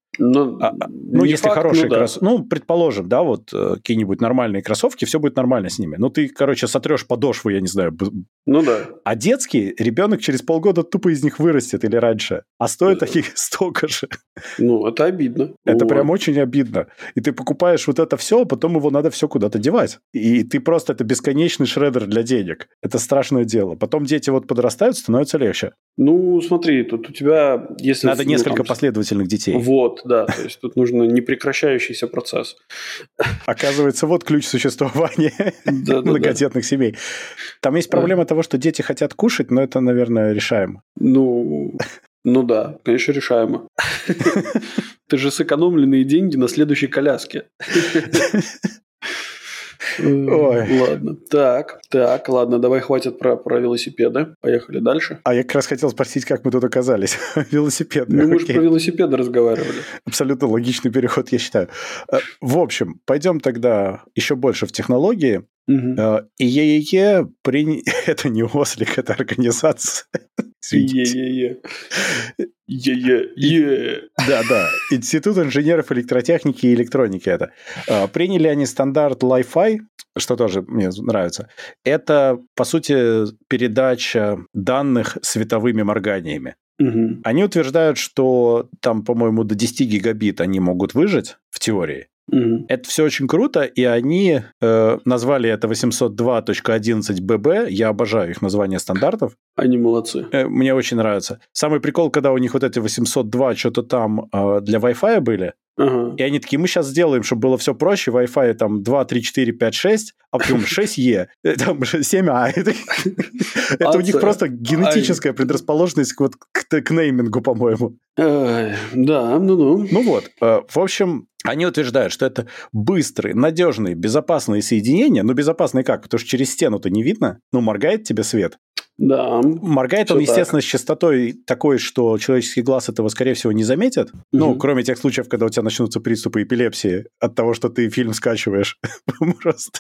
Если факт, хорошие кроссовки, предположим, да, вот какие-нибудь нормальные кроссовки, все будет нормально с ними. Ты, сотрешь подошву, я не знаю. Да. А детские, ребенок через полгода тупо из них вырастет или раньше. А стоят они столько же. Это обидно. Это прям очень обидно. И ты покупаешь вот это все, а потом его надо все куда-то девать. И ты просто, это бесконечный шредер для денег. Это страшное дело. Потом дети вот подрастают, становится легче. Смотри, тут у тебя... Если надо несколько последовательных детей. Вот, да. То есть, тут нужно непрекращающийся процесс. Оказывается, вот ключ существования многодетных семей. Там есть проблема того, что дети хотят кушать, но это, наверное, решаемо. Да, конечно, решаемо. Ты же сэкономленные деньги на следующей коляске. Ой. Ладно. Так, ладно, давай хватит про велосипеды. Поехали дальше. А я как раз хотел спросить, как мы тут оказались. Велосипеды. Мы же про велосипеды разговаривали. Абсолютно логичный переход, я считаю. В общем, пойдем тогда еще больше в технологии. ИЕЕ это не ослик, это организация. ИЕЕЕ. Да. Институт инженеров электротехники и электроники это. Приняли они стандарт Li-Fi, что тоже мне нравится. Это, по сути, передача данных световыми морганиями. Они утверждают, что там, по-моему, до 10 гигабит они могут выжить в теории. Это все очень круто, и они назвали это 802.11bb. Я обожаю их название стандартов. Они молодцы. Мне очень нравится. Самый прикол, когда у них вот эти 802 что-то там для Wi-Fi были, и они такие, мы сейчас сделаем, чтобы было все проще, Wi-Fi там 2, 3, 4, 5, 6, а потом 6E, там 7А. Это у них просто генетическая предрасположенность к неймингу, по-моему. Да, В общем, они утверждают, что это быстрые, надежные, безопасные соединения. Безопасные как? Потому что через стену-то не видно. Моргает тебе свет. Да. Моргает он, естественно, с частотой такой, что человеческий глаз этого, скорее всего, не заметит. Кроме тех случаев, когда у тебя начнутся приступы эпилепсии от того, что ты фильм скачиваешь. Просто.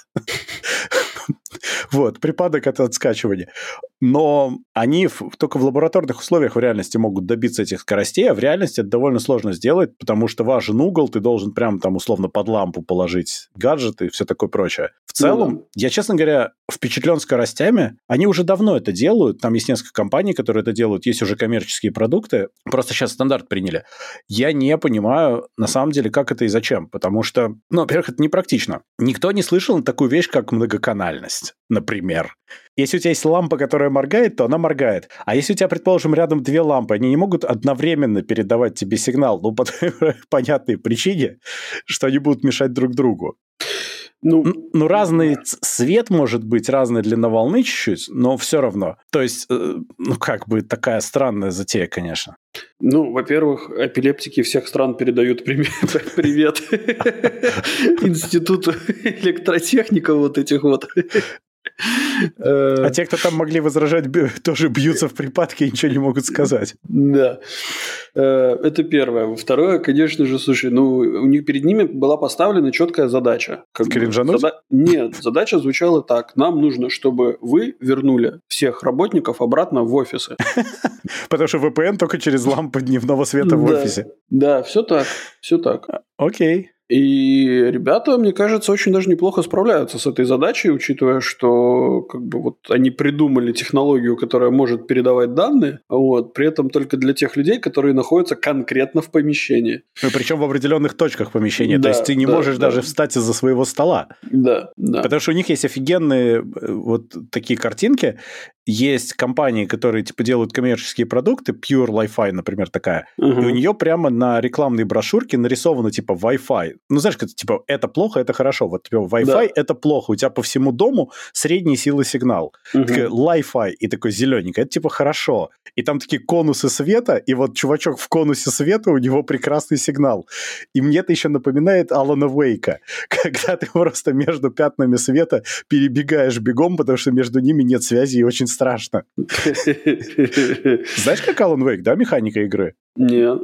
Припадок от скачивания. Но они только в лабораторных условиях в реальности могут добиться этих скоростей, а в реальности это довольно сложно сделать, потому что важен угол, ты должен прям там условно под лампу положить гаджеты и все такое прочее. В целом, я, честно говоря, впечатлен скоростями. Они уже давно это делают, там есть несколько компаний, которые это делают, есть уже коммерческие продукты, просто сейчас стандарт приняли. Я не понимаю, на самом деле, как это и зачем, потому что, во-первых, это непрактично. Никто не слышал такую вещь, как многоканальность, например. Если у тебя есть лампа, которая моргает, то она моргает. А если у тебя, предположим, рядом две лампы, они не могут одновременно передавать тебе сигнал, по понятной причине, что они будут мешать друг другу. Ну, разный свет может быть, разная длина волны чуть-чуть, но все равно. То есть, такая странная затея, конечно. Ну, во-первых, эпилептики всех стран передают привет Институту электротехника вот этих вот. А те, кто там могли возражать, тоже бьются в припадке и ничего не могут сказать. Да. Это первое. Второе, конечно же, слушай, у них перед ними была поставлена четкая задача. Кринжануть? Нет, задача звучала так. Нам нужно, чтобы вы вернули всех работников обратно в офисы. Потому что VPN только через лампу дневного света в офисе. Да, все так. Окей. И ребята, мне кажется, очень даже неплохо справляются с этой задачей, учитывая, что они придумали технологию, которая может передавать данные, при этом только для тех людей, которые находятся конкретно в помещении. Причем в определенных точках помещения. То есть ты не можешь даже встать из-за своего стола. Да. Потому что у них есть офигенные вот такие картинки. Есть компании, которые делают коммерческие продукты, Pure Li-Fi, например, такая, и у нее прямо на рекламной брошюрке нарисовано Wi-Fi. Ну, знаешь, это плохо, это хорошо. Вот Wi-Fi это плохо, у тебя по всему дому средней силы сигнал. Такая Li-Fi и такой зелененький, это хорошо. И там такие конусы света, и вот чувачок в конусе света, у него прекрасный сигнал. И мне это еще напоминает Алана Уэйка, когда ты просто между пятнами света перебегаешь бегом, потому что между ними нет связи и очень страшно. Знаешь, как Alan Wake, да, механика игры? Нет.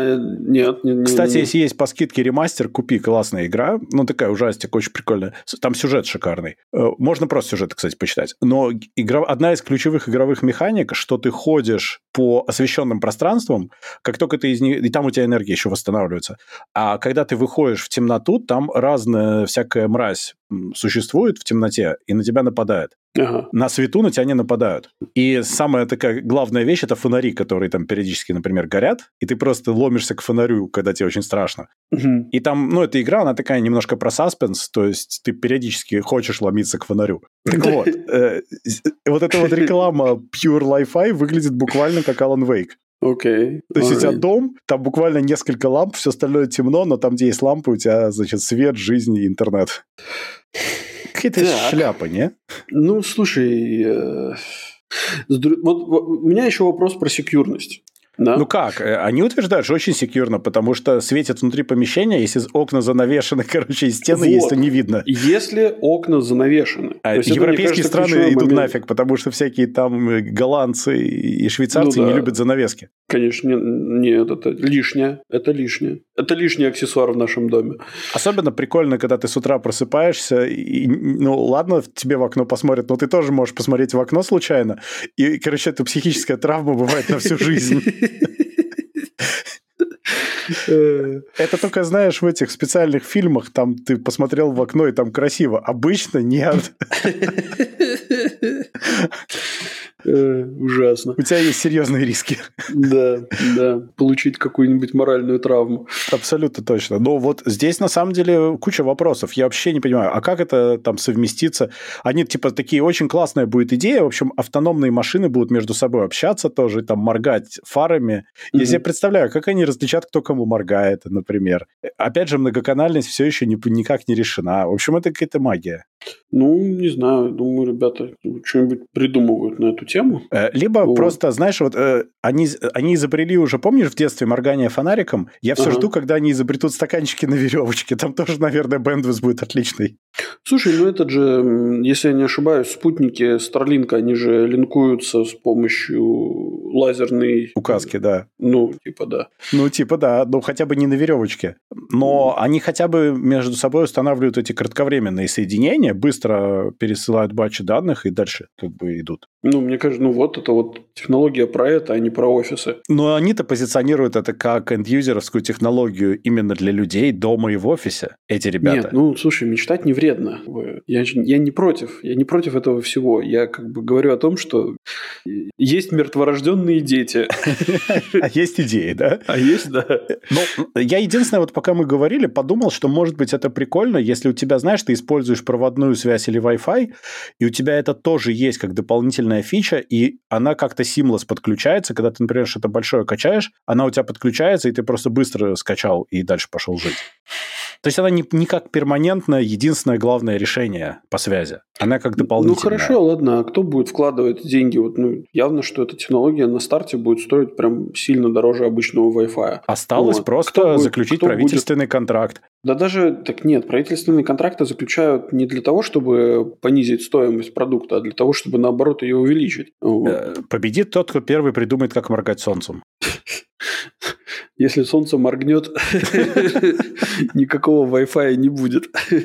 Кстати, если есть по скидке ремастер, купи, классная игра. Ну, такая ужастик, очень прикольная. Там сюжет шикарный. Можно просто сюжет, кстати, почитать. Но одна из ключевых игровых механик, что ты ходишь по освещенным пространствам, как только ты из них... И там у тебя энергия еще восстанавливается. А когда ты выходишь в темноту, там разная всякая мразь существует в темноте и на тебя нападает. На свету на тебя не нападают. И самая такая главная вещь – это фонари, которые там периодически, например, горят, и ты просто ломишься к фонарю, когда тебе очень страшно. И там, эта игра, она такая немножко про саспенс, то есть ты периодически хочешь ломиться к фонарю. Так вот, вот эта вот реклама Pure Li-Fi выглядит буквально как Alan Wake. Окей. То есть у тебя дом, там буквально несколько ламп, все остальное темно, но там, где есть лампы, у тебя, значит, свет, жизнь и интернет. Какие-то шляпы, не? Ну, слушай, вот у меня еще вопрос про секьюрность. Да? Ну как? Они утверждают, что очень секьюрно, потому что светит внутри помещения, если окна занавешены, и стены есть, то не видно. Если окна занавешены. Европейские страны идут нафиг, потому что всякие там голландцы и швейцарцы не любят занавески. Конечно, нет, это лишнее. Это лишнее. Это лишний аксессуар в нашем доме. Особенно прикольно, когда ты с утра просыпаешься, и, ладно, тебе в окно посмотрят, но ты тоже можешь посмотреть в окно случайно. И, это психическая травма бывает на всю жизнь. Это только, знаешь, в этих специальных фильмах, там ты посмотрел в окно, и там красиво. Обычно нет. Ужасно. У тебя есть серьезные риски. Да. Получить какую-нибудь моральную травму. Абсолютно точно. Но вот здесь, на самом деле, куча вопросов. Я вообще не понимаю, а как это там совместится? Они, такие, очень классная будет идея. В общем, автономные машины будут между собой общаться тоже, там, моргать фарами. Я себе представляю, как они различат, кто кому моргает, например. Опять же, многоканальность все еще никак не решена. В общем, это какая-то магия. Ну, не знаю. Думаю, ребята что-нибудь придумывают на эту тему. Либо просто, знаешь, вот они изобрели уже, помнишь, в детстве моргание фонариком? Я все жду, когда они изобретут стаканчики на веревочке. Там тоже, наверное, бэндвидth будет отличный. Слушай, этот же, если я не ошибаюсь, спутники Starlink, они же линкуются с помощью лазерной... Указки, да. Да. Да. Ну, хотя бы не на веревочке. Но они хотя бы между собой устанавливают эти кратковременные соединения, быстро пересылают батчи данных и дальше идут. Мне кажется, это технология про это, а не про офисы. Но они-то позиционируют это как энд-юзеровскую технологию именно для людей дома и в офисе, эти ребята. Нет, слушай, мечтать не вредно. Я не против. Я не против этого всего. Я говорю о том, что есть мертворожденные дети. А есть идеи, да? А есть, да. Я единственное, пока мы говорили, подумал, что, может быть, это прикольно, если у тебя, знаешь, ты используешь проводную связь или Wi-Fi, и у тебя это тоже есть как дополнительная фича, и она как-то seamless подключается, когда ты, например, что-то большое качаешь, она у тебя подключается, и ты просто быстро скачал и дальше пошел жить. То есть она не как перманентное, единственное главное решение по связи. Она как дополнительная. Ну, хорошо, ладно. А кто будет вкладывать деньги? Вот, явно, что эта технология на старте будет стоить прям сильно дороже обычного Wi-Fi. Осталось просто заключить правительственный контракт. Да даже так нет. Правительственные контракты заключают не для того, чтобы понизить стоимость продукта, а для того, чтобы, наоборот, ее увеличить. Победит тот, кто первый придумает, как моргать солнцем. Если солнце моргнет, никакого Wi-Fi не будет.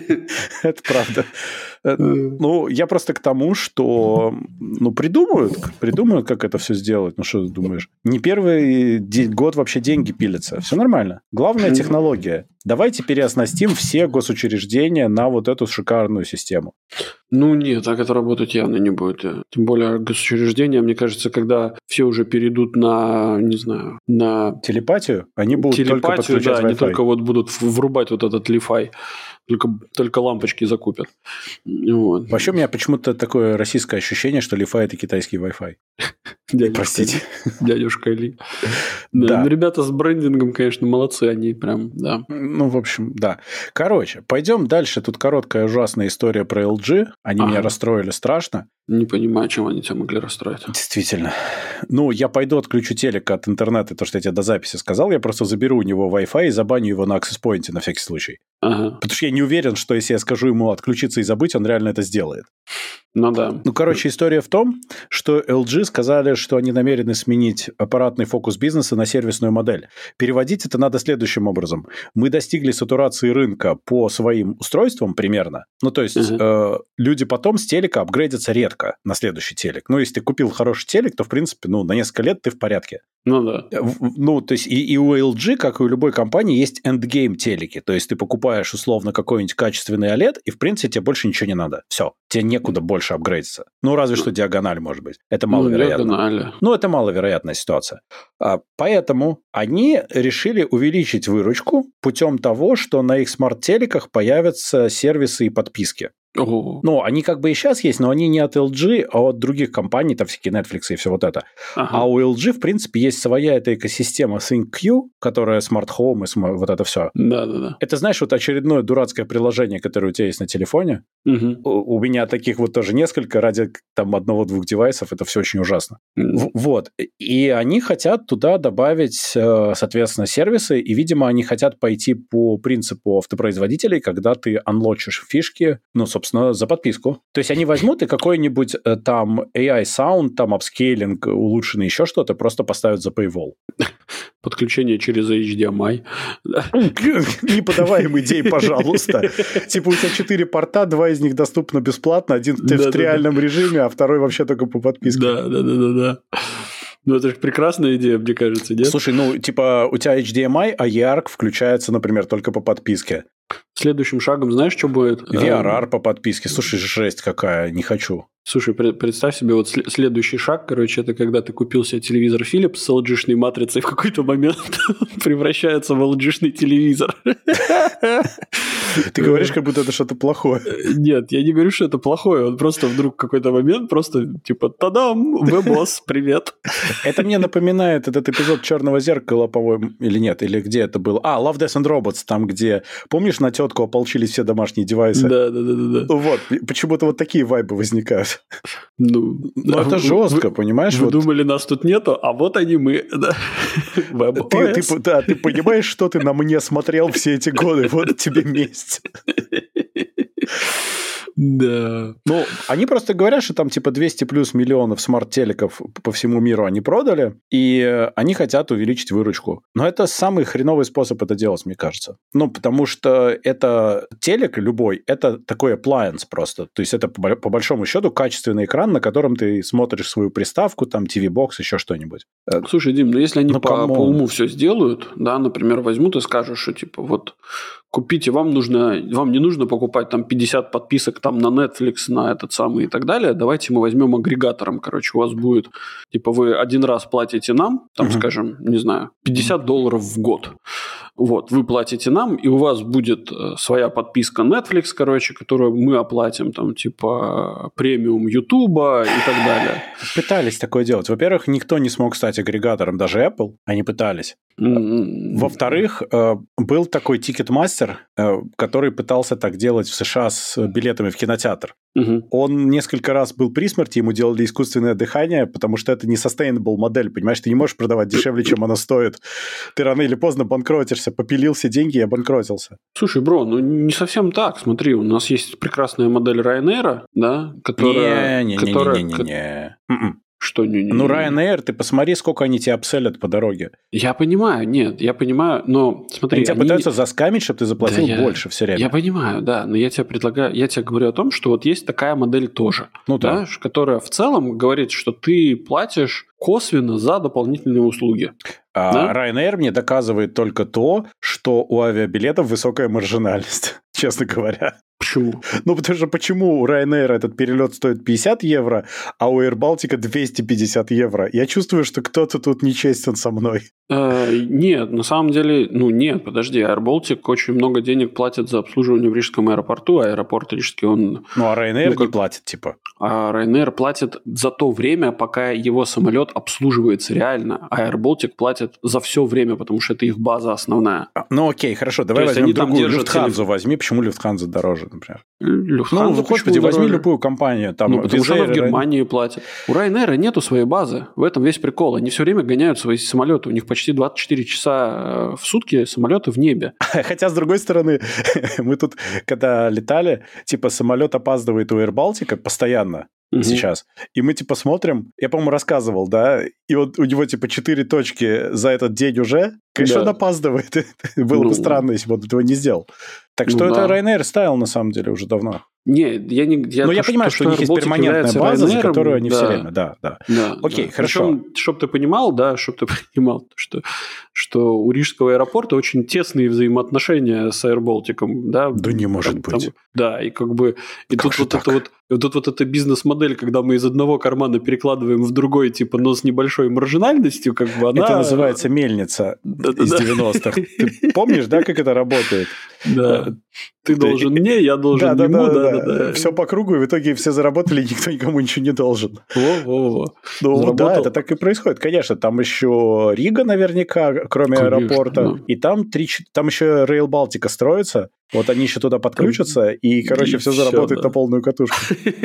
Это правда. Ну, я просто к тому, что придумают, как это все сделать. Ну, что ты думаешь? Не первый год вообще деньги пилятся. Все нормально. Главная технология. Давайте переоснастим все госучреждения на вот эту шикарную систему. Ну, нет, так это работать явно не будет. Тем более госучреждения, мне кажется, когда все уже перейдут на, не знаю, на... Телепатию? Они будут только подключать Wi-Fi. Они только вот будут врубать вот этот Li-Fi. Только лампочки закупят. Вот. Вообще у меня почему-то такое российское ощущение, что Li-Fi – это китайский Wi-Fi. Простите. Дядюшка Ли. Да. Ребята с брендингом, конечно, молодцы. Они прям, да. Ну, в общем, да. Короче, пойдем дальше. Тут короткая ужасная история про LG. Они меня расстроили страшно. Не понимаю, чем они тебя могли расстроить. Действительно. Ну, я пойду отключу телек от интернета, то, что я тебе до записи сказал. Я просто заберу у него Wi-Fi и забаню его на Access Point на всякий случай. Потому что я не уверен, что если я скажу ему отключиться и забыть, он реально это сделает. Ну да. Ну, короче, история в том, что LG сказали, что они намерены сменить аппаратный фокус бизнеса на сервисную модель. Переводить это надо следующим образом. Мы достигли сатурации рынка по своим устройствам примерно. Ну, то есть люди потом с телека апгрейдятся редко на следующий телек. Ну, если ты купил хороший телек, то, в принципе, на несколько лет ты в порядке. Ну да. Ну, то есть и у LG, как и у любой компании, есть endgame телеки. То есть ты покупаешь условно какой-нибудь качественный OLED, и, в принципе, тебе больше ничего не надо. Все. Тебе некуда больше апгрейдиться. Ну, разве что диагональ, может быть. Это маловероятно. Диагонали. Ну, это маловероятная ситуация. Поэтому они решили увеличить выручку путем того, что на их смарт-телеках появятся сервисы и подписки. Ого. Ну, они как бы и сейчас есть, но они не от LG, а от других компаний, там всякие Netflix и все вот это. А у LG, в принципе, есть своя эта экосистема ThinkQ, которая Smart Home и вот это все. Да. Это, знаешь, вот очередное дурацкое приложение, которое у тебя есть на телефоне. У меня таких вот тоже несколько ради там одного-двух девайсов. Это все очень ужасно. Вот. И они хотят туда добавить, соответственно, сервисы, и, видимо, они хотят пойти по принципу автопроизводителей, когда ты анлочишь фишки, ну, собственно, за подписку. То есть они возьмут и какой-нибудь там AI Sound, там апскейлинг, улучшенный еще что-то, просто поставят за paywall. Подключение через HDMI. Не подавай им идей, пожалуйста. Типа у тебя 4 порта, 2 из них доступны бесплатно, один ты в триальном режиме, а второй вообще только по подписке. Да. Ну, это же прекрасная идея, мне кажется, нет? Слушай, ну, типа, у тебя HDMI, а EARC включается, например, только по подписке. Следующим шагом, знаешь, что будет? VRR по подписке. Слушай, жесть какая, не хочу. Слушай, представь себе, вот следующий шаг, короче, это когда ты купил себе телевизор Philips с LG-шной матрицей, в какой-то момент превращается в LG-шный телевизор. Ты говоришь, как будто это что-то плохое. Нет, я не говорю, что это плохое. Он просто вдруг в какой-то момент просто типа «Тадам! Вебос, привет!» Это мне напоминает этот эпизод «Черного зеркала», по-моему, или нет, или где это было? Love, Death and Robots, там, где, помнишь, на тетку ополчились все домашние девайсы? Да. Вот, почему-то вот такие вайбы возникают. Ну это жестко, понимаешь? Вы думали, нас тут нету, а вот они мы. Ты понимаешь, что ты на мне смотрел все эти годы? Вот тебе месть. Да. Ну, они просто говорят, что там типа 200 плюс миллионов смарт-телеков по всему миру они продали, и они хотят увеличить выручку. Но это самый хреновый способ это делать, мне кажется. Ну, потому что это телек любой, это такой appliance просто. То есть это по большому счету качественный экран, на котором ты смотришь свою приставку, там TV-бокс, еще что-нибудь. Слушай, Дим, ну если они по уму все сделают, да, например, возьмут и скажут, что типа вот купите, вам не нужно покупать там 50 подписок там на Netflix, на этот самый и так далее. Давайте мы возьмем агрегатором, короче, у вас будет, типа, вы один раз платите нам, там, скажем, не знаю, $50 в год. Вот, вы платите нам, и у вас будет своя подписка Netflix, короче, которую мы оплатим, там, типа, премиум Ютуба и так далее. Пытались такое делать. Во-первых, никто не смог стать агрегатором, даже Apple. Они пытались. Во-вторых, был такой Ticketmaster, который пытался так делать в США с билетами в кинотеатр. Он несколько раз был при смерти, ему делали искусственное дыхание, потому что это не sustainable модель, понимаешь? Ты не можешь продавать дешевле, чем она стоит. Ты рано или поздно банкротишься, попилил все деньги и обанкротился. Слушай, бро, ну не совсем так. Смотри, у нас есть прекрасная модель Ryanair, да, которая... Не-не-не-не-не-не. Что не-не-не? Ну, Ryanair, ты посмотри, сколько они тебя апселят по дороге. Я понимаю, я понимаю, но смотри... Они тебя пытаются заскамить, чтобы ты заплатил больше все время. Я понимаю, да, но я тебе говорю о том, что вот есть такая модель тоже, да, которая в целом говорит, что ты платишь косвенно за дополнительные услуги. Да? Ryanair мне доказывает только то, что у авиабилетов высокая маржинальность, честно говоря. Почему? Ну, потому что почему у Ryanair этот перелет стоит 50 евро, а у Air Baltica 250 евро? Я чувствую, что кто-то тут нечестен со мной. Нет, на самом деле, нет, подожди, Air Baltic очень много денег платит за обслуживание в Рижском аэропорту, а аэропорт Рижский, он... Ну, а Ryanair не платит, типа. А Ryanair платит за то время, пока его самолет обслуживается реально, а Air Baltic платит за все время, потому что это их база основная. Ну, окей, хорошо, давай возьмем другую. Люфтханзу возьми, почему Люфтханза дороже, например? Люфтханза, господи, возьми любую компанию. Там, потому что она в Германии платит. У Ryanair нету своей базы, в этом весь прикол. Они все время гоняют свои самолеты, у них почти 24 часа в сутки самолеты в небе. Хотя, с другой стороны, мы тут, когда летали, типа, самолет опаздывает у Air Baltica постоянно сейчас. И мы, типа, смотрим, я, по-моему, рассказывал, да, и вот у него, типа, 4 точки за этот день уже. Конечно, он опаздывает. Было бы странно, если бы он этого не сделал. Так что это Ryanair ставил, на самом деле, уже давно. Нет, я понимаю, что у них есть перманентная база, за которую они все время... Да. Окей, хорошо. Чтобы ты понимал, что у Рижского аэропорта очень тесные взаимоотношения с Air Baltic. Да, не может быть. Да, и как бы... И тут вот эта бизнес-модель, когда мы из одного кармана перекладываем в другой, типа, но с небольшой маржинальностью, как бы она... Это называется мельница из 90-х. Ты помнишь, да, как это работает? Да. Ты должен мне, я должен ему. Да. Все по кругу, и в итоге все заработали, никто никому ничего не должен. Во-во-во. Ну да, это так и происходит. Конечно, там еще Рига наверняка, кроме аэропорта. Да. И там еще Rail Baltica строится. Вот они еще туда подключатся, и, короче, все заработает на полную катушку.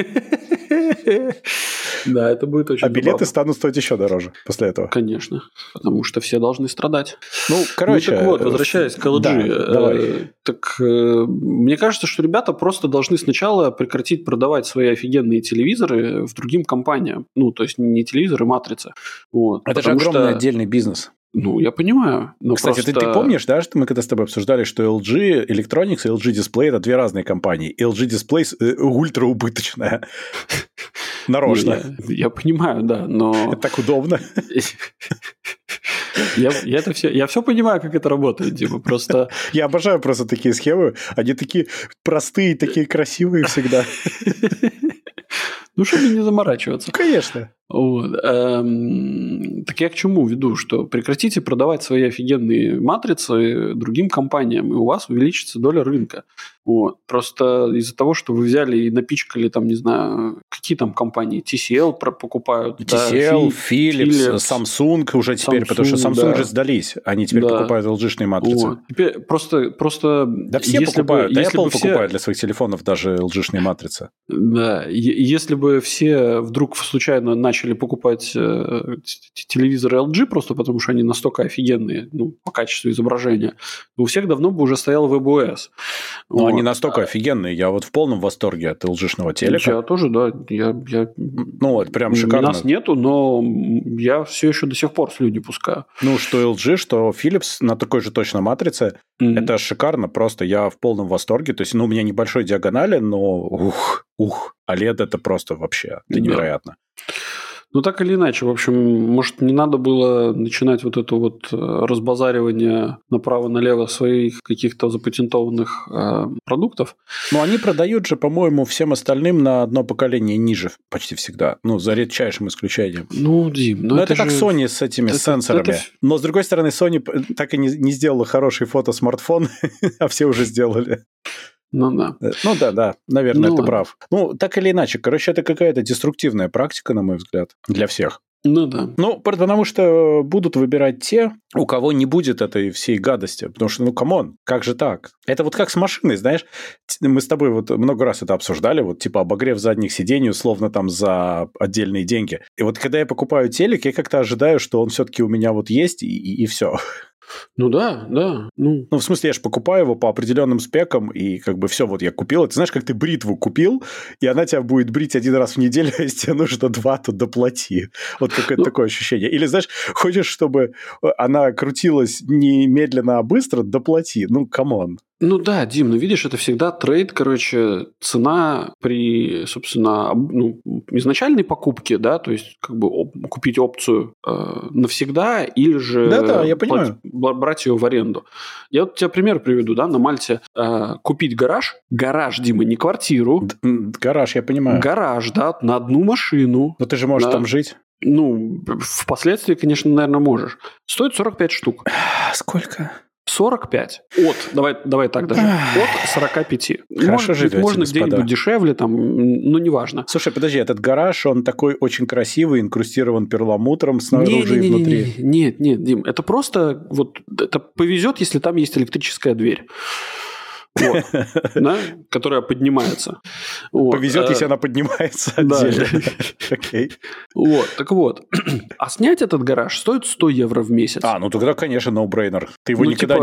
Да, это будет очень забавно. Билеты станут стоить еще дороже после этого. Конечно, потому что все должны страдать. Ну, короче... так вот, возвращаясь к LG. Да, давай. Мне кажется, что ребята просто должны сначала прекратить продавать свои офигенные телевизоры в другим компаниям. Ну, то есть не телевизоры, матрицы. Вот, это же огромный отдельный бизнес. Ну, я понимаю. Но кстати, ты помнишь, да, что мы когда с тобой обсуждали, что LG Electronics и LG Display – это две разные компании. LG Display ультраубыточная. Нарочно. Я понимаю, да, но... Это так удобно. Я все понимаю, как это работает, Дима, просто... Я обожаю просто такие схемы. Они такие простые, такие красивые всегда. Ну, чтобы не заморачиваться. Конечно. Вот. Так я к чему веду? Что прекратите продавать свои офигенные матрицы другим компаниям, и у вас увеличится доля рынка. Вот. Просто из-за того, что вы взяли и напичкали, там, не знаю, какие там компании, TCL покупают. TCL, Philips, Samsung уже теперь, потому что Samsung же сдались. Они теперь покупают LG-шные матрицы. Вот. Теперь просто... Да все покупают. Да Apple покупает для своих телефонов даже LG-шные матрицы. Да. Если бы все вдруг случайно начали покупать телевизоры LG просто потому, что они настолько офигенные, по качеству изображения, у всех давно бы уже стоял WebOS. Но они настолько офигенные. Я вот в полном восторге от LG-шного телека. Я тоже, да. Ну, это прям шикарно. Нас нету, но я все еще до сих пор слюни пускаю. Ну, что LG, что Philips на такой же точно матрице. Это шикарно. Просто я в полном восторге. То есть, у меня небольшой диагонали, но OLED это просто вообще невероятно. Ну, так или иначе, в общем, может, не надо было начинать вот это вот разбазаривание направо-налево своих каких-то запатентованных продуктов. Но они продают же, по-моему, всем остальным на одно поколение ниже почти всегда. Ну, за редчайшим исключением. Ну, Дим, но это как Sony с этими сенсорами. Но, с другой стороны, Sony так и не сделала хороший фото-смартфон, а все уже сделали. Ну да. Ну да, наверное, ты прав. Ну, так или иначе, короче, это какая-то деструктивная практика, на мой взгляд, для всех. Ну да. Ну, потому что будут выбирать те, у кого не будет этой всей гадости. Потому что, ну, камон, как же так? Это вот как с машиной, знаешь, мы с тобой вот много раз это обсуждали, вот типа обогрев задних сидений условно там за отдельные деньги. И вот когда я покупаю телек, я как-то ожидаю, что он все-таки у меня вот есть, и все. Ну да. Ну, в смысле, я же покупаю его по определенным спекам, и как бы все, вот я купил. Ты знаешь, как ты бритву купил, и она тебя будет брить 1 раз в неделю, а если тебе нужно 2, то доплати. Вот какое-то такое ощущение. Или, знаешь, хочешь, чтобы она крутилась не медленно, а быстро, доплати. Ну, камон. Ну да, Дим, ну видишь, это всегда трейд, короче, цена при, собственно, изначальной покупке, да, то есть как бы купить опцию навсегда или же я понимаю. брать ее в аренду. Я вот тебе пример приведу, да, на Мальте купить гараж, Дима, не квартиру. Гараж, я понимаю. Гараж, да, на одну машину. Но ты же можешь там жить. Ну, впоследствии, конечно, наверное, можешь. Стоит 45 штук. Сколько? 45. Давай так даже. От 45. Хорошо живете, можно господа. где-нибудь дешевле, там, ну, неважно. Слушай, подожди, этот гараж, он такой очень красивый, инкрустирован перламутром снаружи и внутри. Нет, Дим, это просто вот это повезет, если там есть электрическая дверь. Вот, да, которая поднимается. Вот. Повезет, если она поднимается отдельно. Да. Окей. Вот, так вот. А снять этот гараж стоит 100 евро в месяц. Ну тогда, конечно, no-brainer. Ты его никогда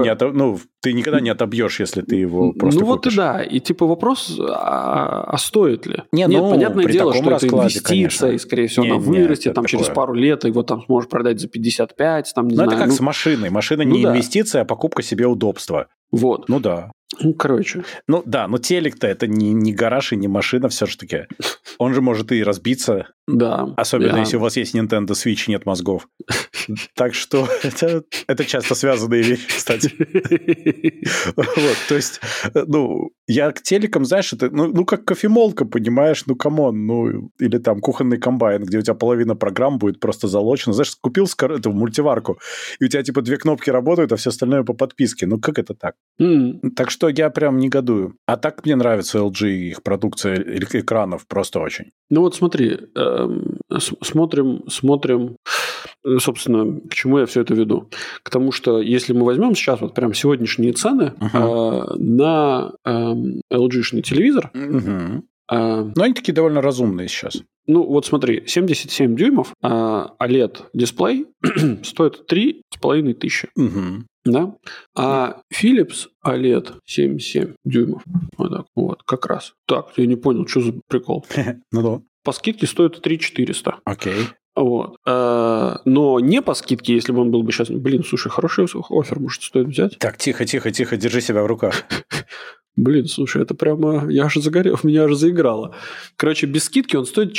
не отобьешь, если ты его просто купишь. Вот и да. И типа вопрос, а стоит ли? Нет, понятное дело, что раскладе, это инвестиция, конечно. И, скорее всего, она вырастет там, через пару лет, и его там сможешь продать за 55, там, не знаю. Это как с машиной. Машина не инвестиция, а покупка себе удобства. Вот. Ну да. Короче. Но телек-то это не гараж и не машина все-таки. Он же может и разбиться. Да. Особенно, если у вас есть Nintendo Switch и нет мозгов. Так что это часто связанные вещи, кстати. Вот, то есть, я к телекам, знаешь, это, как кофемолка, понимаешь, камон, или там кухонный комбайн, где у тебя половина программ будет просто залочена. Знаешь, купил эту мультиварку, и у тебя типа 2 кнопки работают, а все остальное по подписке. Как это так? Так что я прям негодую. А так мне нравится LG, их продукция экранов просто очень. Ну вот смотри, смотрим, собственно, к чему я все это веду. К тому, что если мы возьмем сейчас вот прям сегодняшние цены на LG-шный телевизор... Но они такие довольно разумные сейчас. Ну, вот смотри, 77 дюймов OLED-дисплей стоит 3500. Да? А Philips OLED 77 дюймов. Вот так вот, как раз. Так, я не понял, что за прикол. Ну да. По скидке стоит 3400. Окей. Вот. Но не по скидке, если бы он был бы сейчас... Блин, слушай, хороший оффер, может, стоит взять? Так, тихо, держи себя в руках. Блин, слушай, это прямо... Я аж загорел, меня аж заиграло. Короче, без скидки он стоит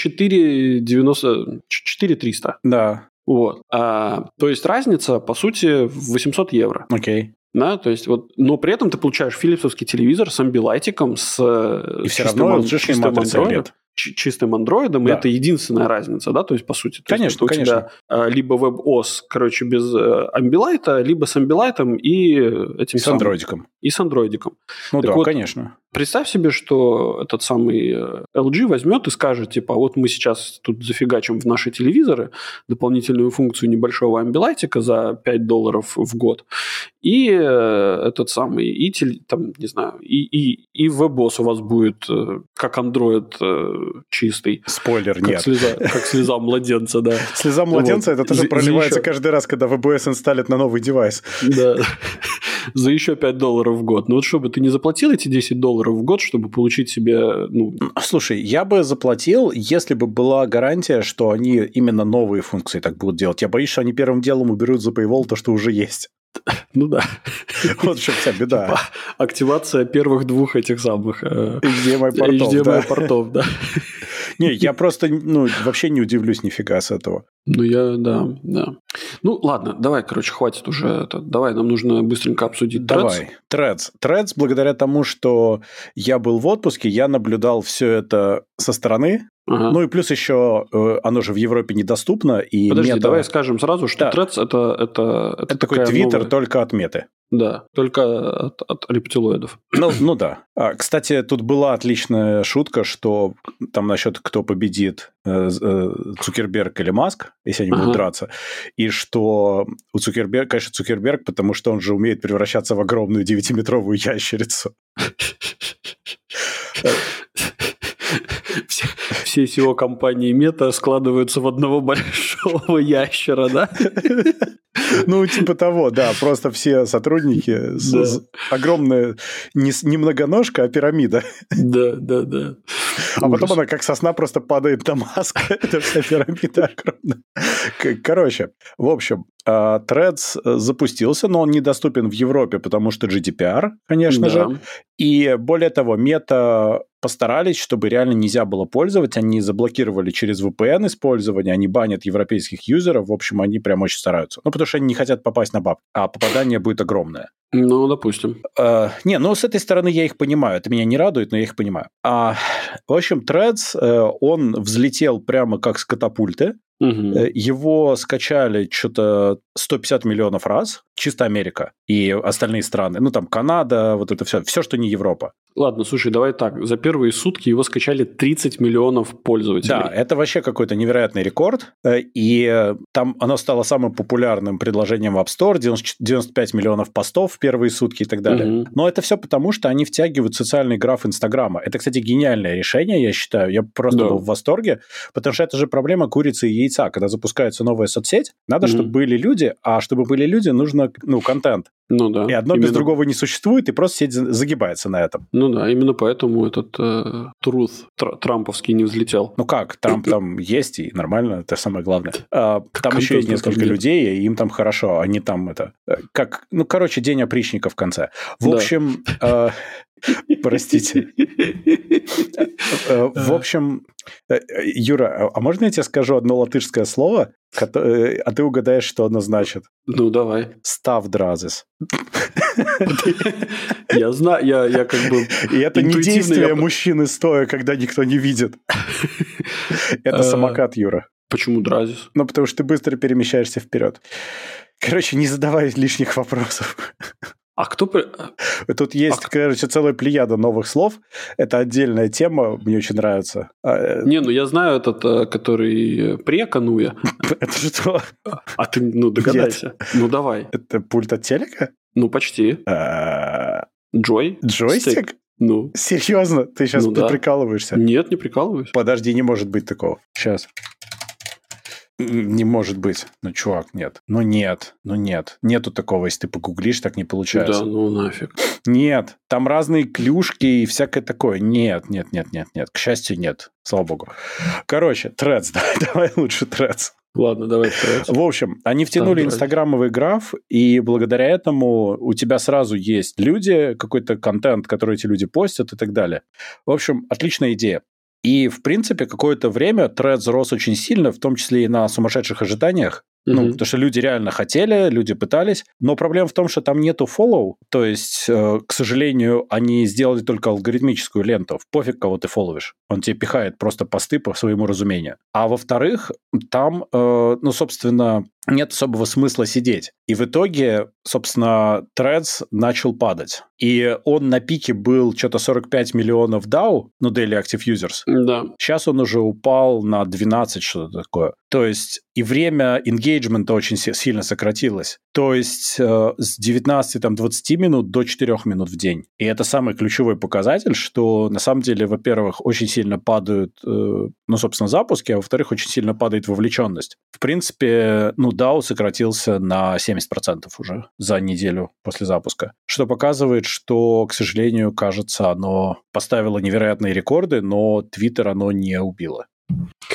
4300. Да. Вот. То есть разница, по сути, в 800 евро. Окей. Да, то есть вот, но при этом ты получаешь филипсовский телевизор с амбилайтиком, с и все равно чистым андроидом. Чистым андроидом, да. И это единственная разница, да, то есть, по сути, конечно, у тебя либо WebOS, без амбилайта, либо с амбилайтом и этим с андроидиком. И с андроидиком. Ну так да, вот, конечно. Представь себе, что этот самый LG возьмет и скажет, типа, вот мы сейчас тут зафигачим в наши телевизоры дополнительную функцию небольшого амбилайтика за $5 в год, и этот самый, там, не знаю, и WebOS у вас будет как Android чистый. Спойлер, нет. Как слеза младенца, да. Слеза младенца, это тоже проливается каждый раз, когда WebOS инсталлит на новый девайс. Да. За еще $5 в год. Ну вот чтобы ты не заплатил эти $10 в год, чтобы получить себе... Слушай, я бы заплатил, если бы была гарантия, что они именно новые функции так будут делать. Я боюсь, что они первым делом уберут за Paywall то, что уже есть. Ну да. Вот в чем вся беда. Активация первых 2 этих самых HDMI-портов, да. Не, я просто вообще не удивлюсь нифига с этого. Да. Ну, ладно, давай, короче, хватит уже это. Давай, нам нужно быстренько обсудить Threads. Давай, Threads, благодаря тому, что я был в отпуске, я наблюдал все это со стороны. Ага. Ну и плюс еще оно же в Европе недоступно. И подожди, давай скажем сразу, что Threads это такой Твиттер только от меты. Да, только от рептилоидов. Ну да. Кстати, тут была отличная шутка, что там насчет кто победит, Цукерберг или Маск, если они будут драться, и что у Цукерберга, конечно, Цукерберг, потому что он же умеет превращаться в огромную 9-метровую ящерицу. Все SEO компании Мета складываются в одного большого ящера, да? Ну, типа того, да. Просто все сотрудники огромная, не многоножка, а пирамида. Да. А потом она как сосна просто падает на Маска. Это вся пирамида огромная. Короче, в общем, Threads запустился, но он недоступен в Европе, потому что GDPR, конечно же. И более того, Мета постарались, чтобы реально нельзя было пользоваться. Они заблокировали через VPN использование, они банят европейских юзеров. В общем, они прям очень стараются. Ну, потому что они не хотят попасть на бабки, а попадание будет огромное. Ну, допустим. С этой стороны я их понимаю. Это меня не радует, но я их понимаю. В общем, Threads, он взлетел прямо как с катапульты. Его скачали что-то 150 миллионов раз, чисто Америка и остальные страны. Ну, там Канада, вот это все, что не Европа. Ладно, слушай, давай так. За первые сутки его скачали 30 миллионов пользователей. Да, это вообще какой-то невероятный рекорд. И там оно стало самым популярным предложением в App Store. 95 миллионов постов в первые сутки и так далее. Но это все потому, что они втягивают социальный граф Инстаграма. Это, кстати, гениальное решение, я считаю. Я просто был в восторге, потому что это же проблема курицы и яйца. Когда запускается новая соцсеть, надо, чтобы были люди, а чтобы были люди, нужно, контент. Ну да. И одно без другого не существует, и просто сеть загибается на этом. Ну да, именно поэтому этот Truth трамповский не взлетел. Ну как, Трамп там есть, и нормально, это самое главное. Там еще есть несколько людей, и им там хорошо, они там день опричника в конце. В общем... Простите. В общем, Юра, а можно я тебе скажу одно латышское слово, а ты угадаешь, что оно значит? Ну, давай. Ставдразис. Я знаю, я как бы... И это не действие мужчины стоя, когда никто не видит. Это самокат, Юра. Почему дразис? Ну, потому что ты быстро перемещаешься вперед. Короче, не задавай лишних вопросов. А кто... Тут есть, короче, целая плеяда новых слов. Это отдельная тема, мне очень нравится. Я знаю этот, который прекануя. Это что? А ты, догадайся. Нет. Ну, давай. Это пульт от телека? Ну, почти. Джойстик? Ну. Серьезно? Ты сейчас прикалываешься? Нет, не прикалываюсь. Подожди, не может быть такого. Сейчас. Не может быть. Чувак, нет. Нет. Нету такого, если ты погуглишь, так не получается. Да, нафиг. Нет. Там разные клюшки и всякое такое. Нет. К счастью, нет. Слава богу. Короче, Threads. Давай лучше Threads. Ладно, давай Threads. В общем, они втянули инстаграмовый граф, и благодаря этому у тебя сразу есть люди, какой-то контент, который эти люди постят и так далее. В общем, отличная идея. И, в принципе, какое-то время Threads рос очень сильно, в том числе и на сумасшедших ожиданиях. Потому что люди реально хотели, люди пытались. Но проблема в том, что там нету follow. То есть, к сожалению, они сделали только алгоритмическую ленту. Пофиг, кого ты фолловишь. Он тебе пихает просто посты по своему разумению. А во-вторых, там, собственно, нет особого смысла сидеть. И в итоге, собственно, Threads начал падать. И он на пике был что-то 45 миллионов DAU, Daily Active Users. Да. Сейчас он уже упал на 12, что-то такое. То есть и время engagement очень сильно сократилось. То есть с 19-20 минут до 4 минут в день. И это самый ключевой показатель, что на самом деле, во-первых, очень сильно падают, собственно, запуски, а во-вторых, очень сильно падает вовлеченность. В принципе, DAU сократился на 70% уже за неделю после запуска. Что показывает, что, к сожалению, кажется, оно поставило невероятные рекорды, но Twitter оно не убило.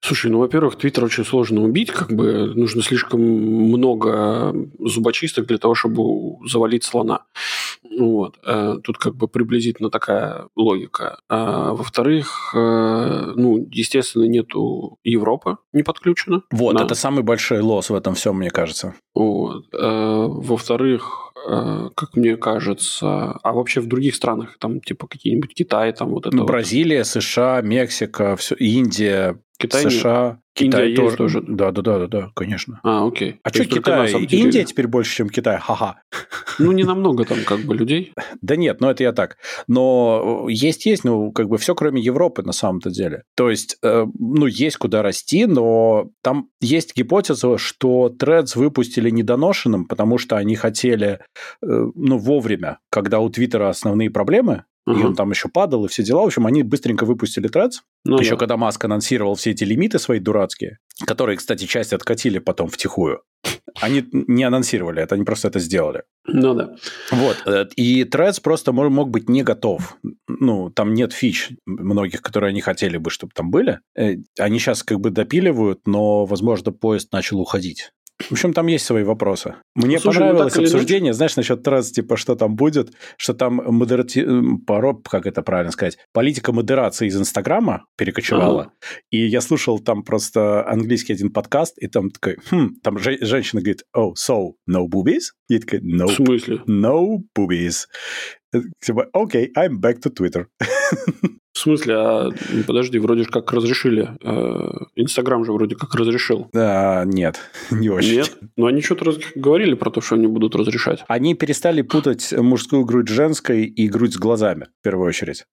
Слушай, во-первых, Твиттер очень сложно убить, нужно слишком много зубочисток для того, чтобы завалить слона. Вот. Тут приблизительно такая логика. Во-вторых, естественно, нету Европы не подключена. Вот, это самый большой лосс в этом всем, мне кажется. Вот. Во-вторых, как мне кажется, а вообще в других странах, там типа какие-нибудь Китай, там вот это Бразилия, США, Мексика, Индия, Китай США... Нет. Китай Индия тоже. Да, конечно. Окей. А что Китай? Индия теперь больше, чем Китай? Ха-ха. Не намного там людей. Да нет, это я так. Но есть, все кроме Европы на самом-то деле. То есть, есть куда расти, но там есть гипотеза, что Threads выпустили недоношенным, потому что они хотели, вовремя, когда у Твиттера основные проблемы, и он там еще падал, и все дела. В общем, они быстренько выпустили Threads. Еще когда Маск анонсировал все эти лимиты свои дурацкие, которые, кстати, часть откатили потом втихую. Они не анонсировали это, они просто это сделали. Да. Вот. И Threads просто мог быть не готов. Там нет фич многих, которые они хотели бы, чтобы там были. Они сейчас допиливают, но, возможно, поезд начал уходить. В общем, там есть свои вопросы. Мне понравилось обсуждение, знаешь, насчет Threads, типа, что там будет, что там как это правильно сказать, политика модерации из Инстаграма перекочевала. И я слушал там просто английский один подкаст, и там такой, там женщина говорит, so, no boobies? И такая, no. В смысле? No boobies. Типа, окей, I'm back to Twitter. В смысле? Подожди, вроде как разрешили. Инстаграм же вроде как разрешил. Нет, не очень. Нет? Они что-то говорили про то, что они будут разрешать. Они перестали путать мужскую грудь с женской и грудь с глазами, в первую очередь.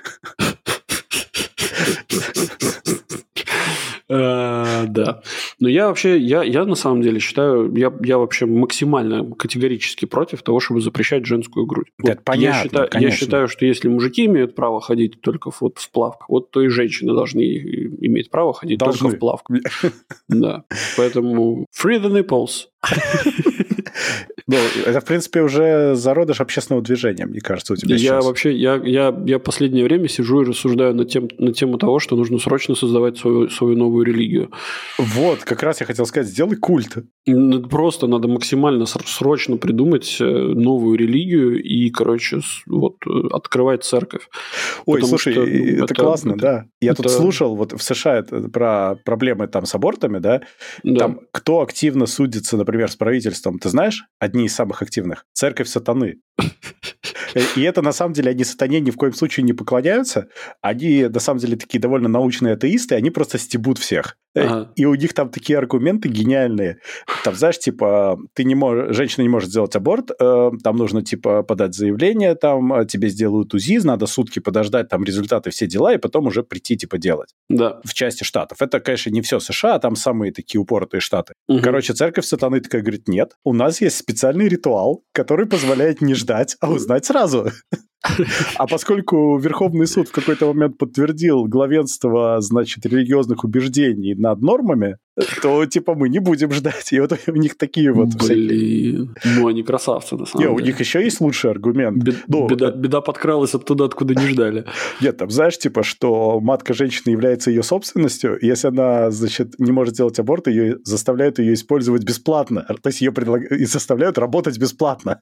Да. Но я вообще, я на самом деле считаю, я вообще максимально категорически против того, чтобы запрещать женскую грудь. Это понятно, я считаю, что если мужики имеют право ходить только в плавках, то и женщины должны иметь право ходить только в плавках. Да. Поэтому free the nipples. Это, в принципе, уже зародыш общественного движения, мне кажется, у тебя сейчас. Я последнее время сижу и рассуждаю на тему того, что нужно срочно создавать свою новую религию. Вот, как раз я хотел сказать, сделай культ. Просто надо максимально срочно придумать новую религию и, открывать церковь. Ой, слушай, это классно, да. Я тут слушал, в США про проблемы там с абортами, да? Там кто активно судится, например, с правительством, ты знаешь? Одни из самых активных. Церковь сатаны. И это, на самом деле, они сатане ни в коем случае не поклоняются. Они, на самом деле, такие довольно научные атеисты, они просто стебут всех. И у них там такие аргументы гениальные. Там, знаешь, типа, женщина не может сделать аборт, там нужно, типа, подать заявление, там тебе сделают УЗИ, надо сутки подождать, там, результаты, все дела, и потом уже прийти, типа, делать. Да. В части штатов. Это, конечно, не все США, а там самые такие упоротые штаты. Короче, церковь сатаны такая говорит, нет, у нас есть специальный ритуал, который позволяет не ждать, а узнать сразу. А поскольку Верховный суд в какой-то момент подтвердил главенство, значит, религиозных убеждений над нормами, то, типа, мы не будем ждать. И вот у них такие вот всякие... они красавцы, на самом деле. У них еще есть лучший аргумент. Беда подкралась оттуда, откуда не ждали. Нет, там, знаешь, типа, что матка женщины является ее собственностью, и если она, значит, не может сделать аборт, ее заставляют ее использовать бесплатно. То есть ее и заставляют работать бесплатно.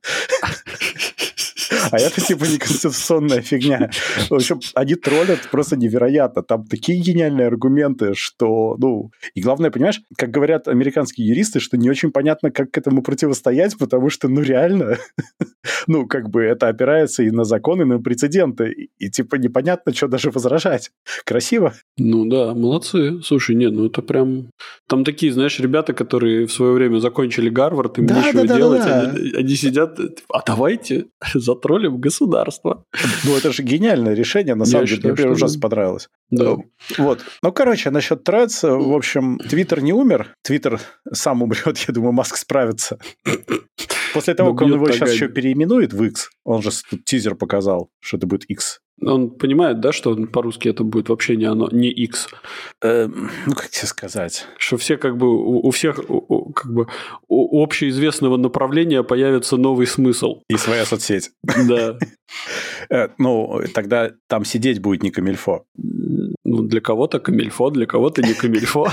А это типа неконституционная фигня. В общем, они троллят просто невероятно. Там такие гениальные аргументы, что, И главное, понимаешь, как говорят американские юристы, что не очень понятно, как к этому противостоять, потому что, реально, это опирается и на законы, и на прецеденты. И типа непонятно, что даже возражать. Красиво? Да, молодцы. Слушай, это прям... Там такие, знаешь, ребята, которые в свое время закончили Гарвард, им нечего делать. Они сидят, а давайте затроллим государство. Это же гениальное решение, на самом деле. Мне ужасно понравилось. Да. Вот. Насчет Threads, в общем, Твиттер не умер. Твиттер сам умрет, я думаю, Маск справится. После того, как он его сейчас еще переименует в X, он же тут тизер показал, что это будет X. Он понимает, да, что по-русски это будет вообще не X? Как тебе сказать? Что все у всех у общеизвестного направления появится новый смысл. И своя соцсеть. Да. Тогда там сидеть будет не камильфо. Ну, для кого-то камильфо, для кого-то не камильфо.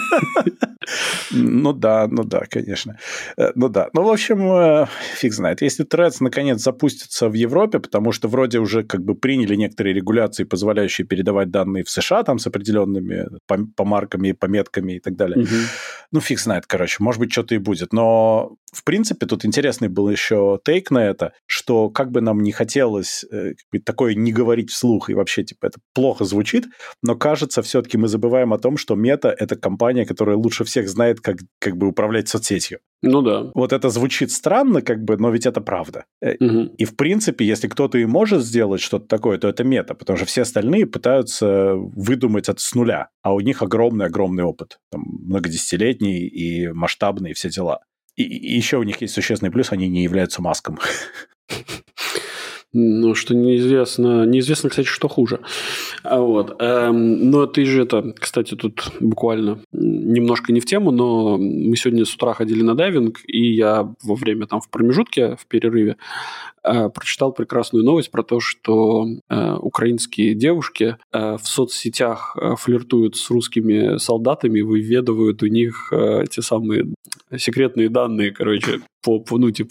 Ну да, конечно. Ну да. Ну, в общем, фиг знает. Если Threads наконец запустится в Европе, потому что вроде уже как бы приняли некоторые регуляции, позволяющие передавать данные в США там с определенными помарками, пометками и так далее. Ну, фиг знает, короче. Может быть, что-то и будет. Но, в принципе, тут интересный был еще тейк на это, что как бы нам не хотелось такое не говорить вслух, и вообще, типа, это плохо звучит, но, кажется, все-таки мы забываем о том, что Мета – это компания, которая лучше всех знает, как бы управлять соцсетью. Ну да. Вот это звучит странно, как бы, но ведь это правда. И, в принципе, если кто-то и может сделать что-то такое, то это Мета, потому что все остальные пытаются выдумать это с нуля, а у них огромный-огромный опыт, там, многодесятилетний и масштабный, и все дела. И еще у них есть существенный плюс, они не являются Маском. Ну, что неизвестно. Неизвестно, кстати, что хуже. Вот. Но ты же это, кстати, тут буквально немножко не в тему, но мы сегодня с утра ходили на дайвинг, и я во время там в промежутке, в перерыве, прочитал прекрасную новость про то, что украинские девушки в соцсетях флиртуют с русскими солдатами, выведывают у них те самые секретные данные, короче, по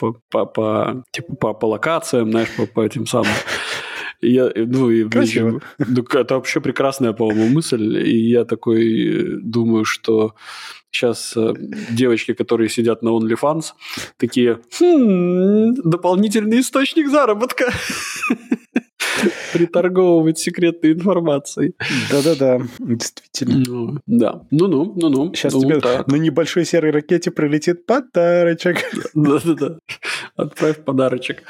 локациям, знаешь, по этим самым. Красиво. Это вообще прекрасная, по-моему, мысль. И я такой думаю, что сейчас девочки, которые сидят на OnlyFans, такие, дополнительный источник заработка. Приторговывать секретной информацией. Да-да-да, действительно. Да. Ну. Сейчас тебе на небольшой серой ракете прилетит подарочек. Да-да-да. Отправь подарочек.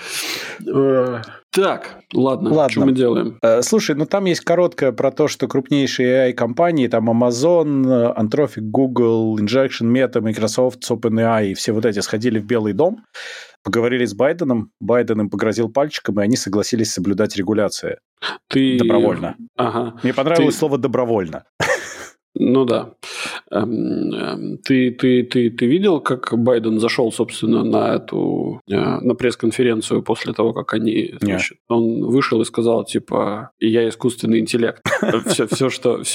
Так, ладно. Что мы делаем? Слушай, ну там есть короткое про то, что крупнейшие AI-компании, там Amazon, Anthropic, Google, Injection, Meta, Microsoft, OpenAI и все вот эти сходили в Белый дом, поговорили с Байденом, Байден им погрозил пальчиком, и они согласились соблюдать регуляции. Добровольно. Ага. Мне понравилось слово «добровольно». Ну да. Ты видел, как Байден зашел, собственно, на пресс-конференцию после того, как они... Значит, он вышел и сказал, типа, я искусственный интеллект. Все,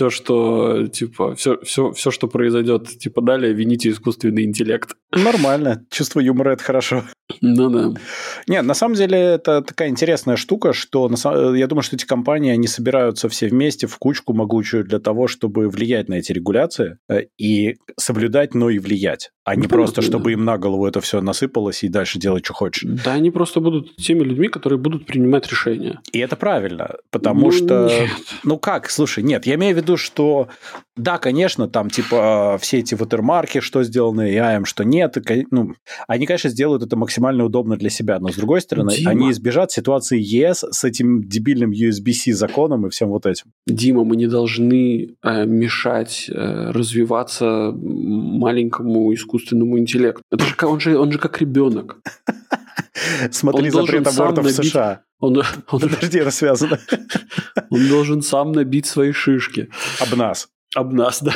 что произойдет, типа, далее, вините искусственный интеллект. Нормально. Чувство юмора – это хорошо. Ну да. Нет, на самом деле это такая интересная штука, что я думаю, что эти компании, они собираются все вместе в кучку могучую для того, чтобы влиять на эти регуляции и соблюдать, но и влиять, а не просто, чтобы им на голову это все насыпалось и дальше делать, что хочешь. Да, они просто будут теми людьми, которые будут принимать решения. И это правильно, потому что... Нет. Ну как, слушай, нет, я имею в виду, что да, конечно, там типа все эти ватермарки, что сделано AI, что нет, ну, они, конечно, сделают это максимально удобно для себя, но с другой стороны, они избежат ситуации ЕС с этим дебильным USB-C законом и всем вот этим. Дима, мы не должны мешать развиваться маленькому искусственному интеллекту. Это же он же как ребенок. Смотри, запрет абортов в США. Подожди, это связано. Он должен сам набить свои шишки. Об нас, да.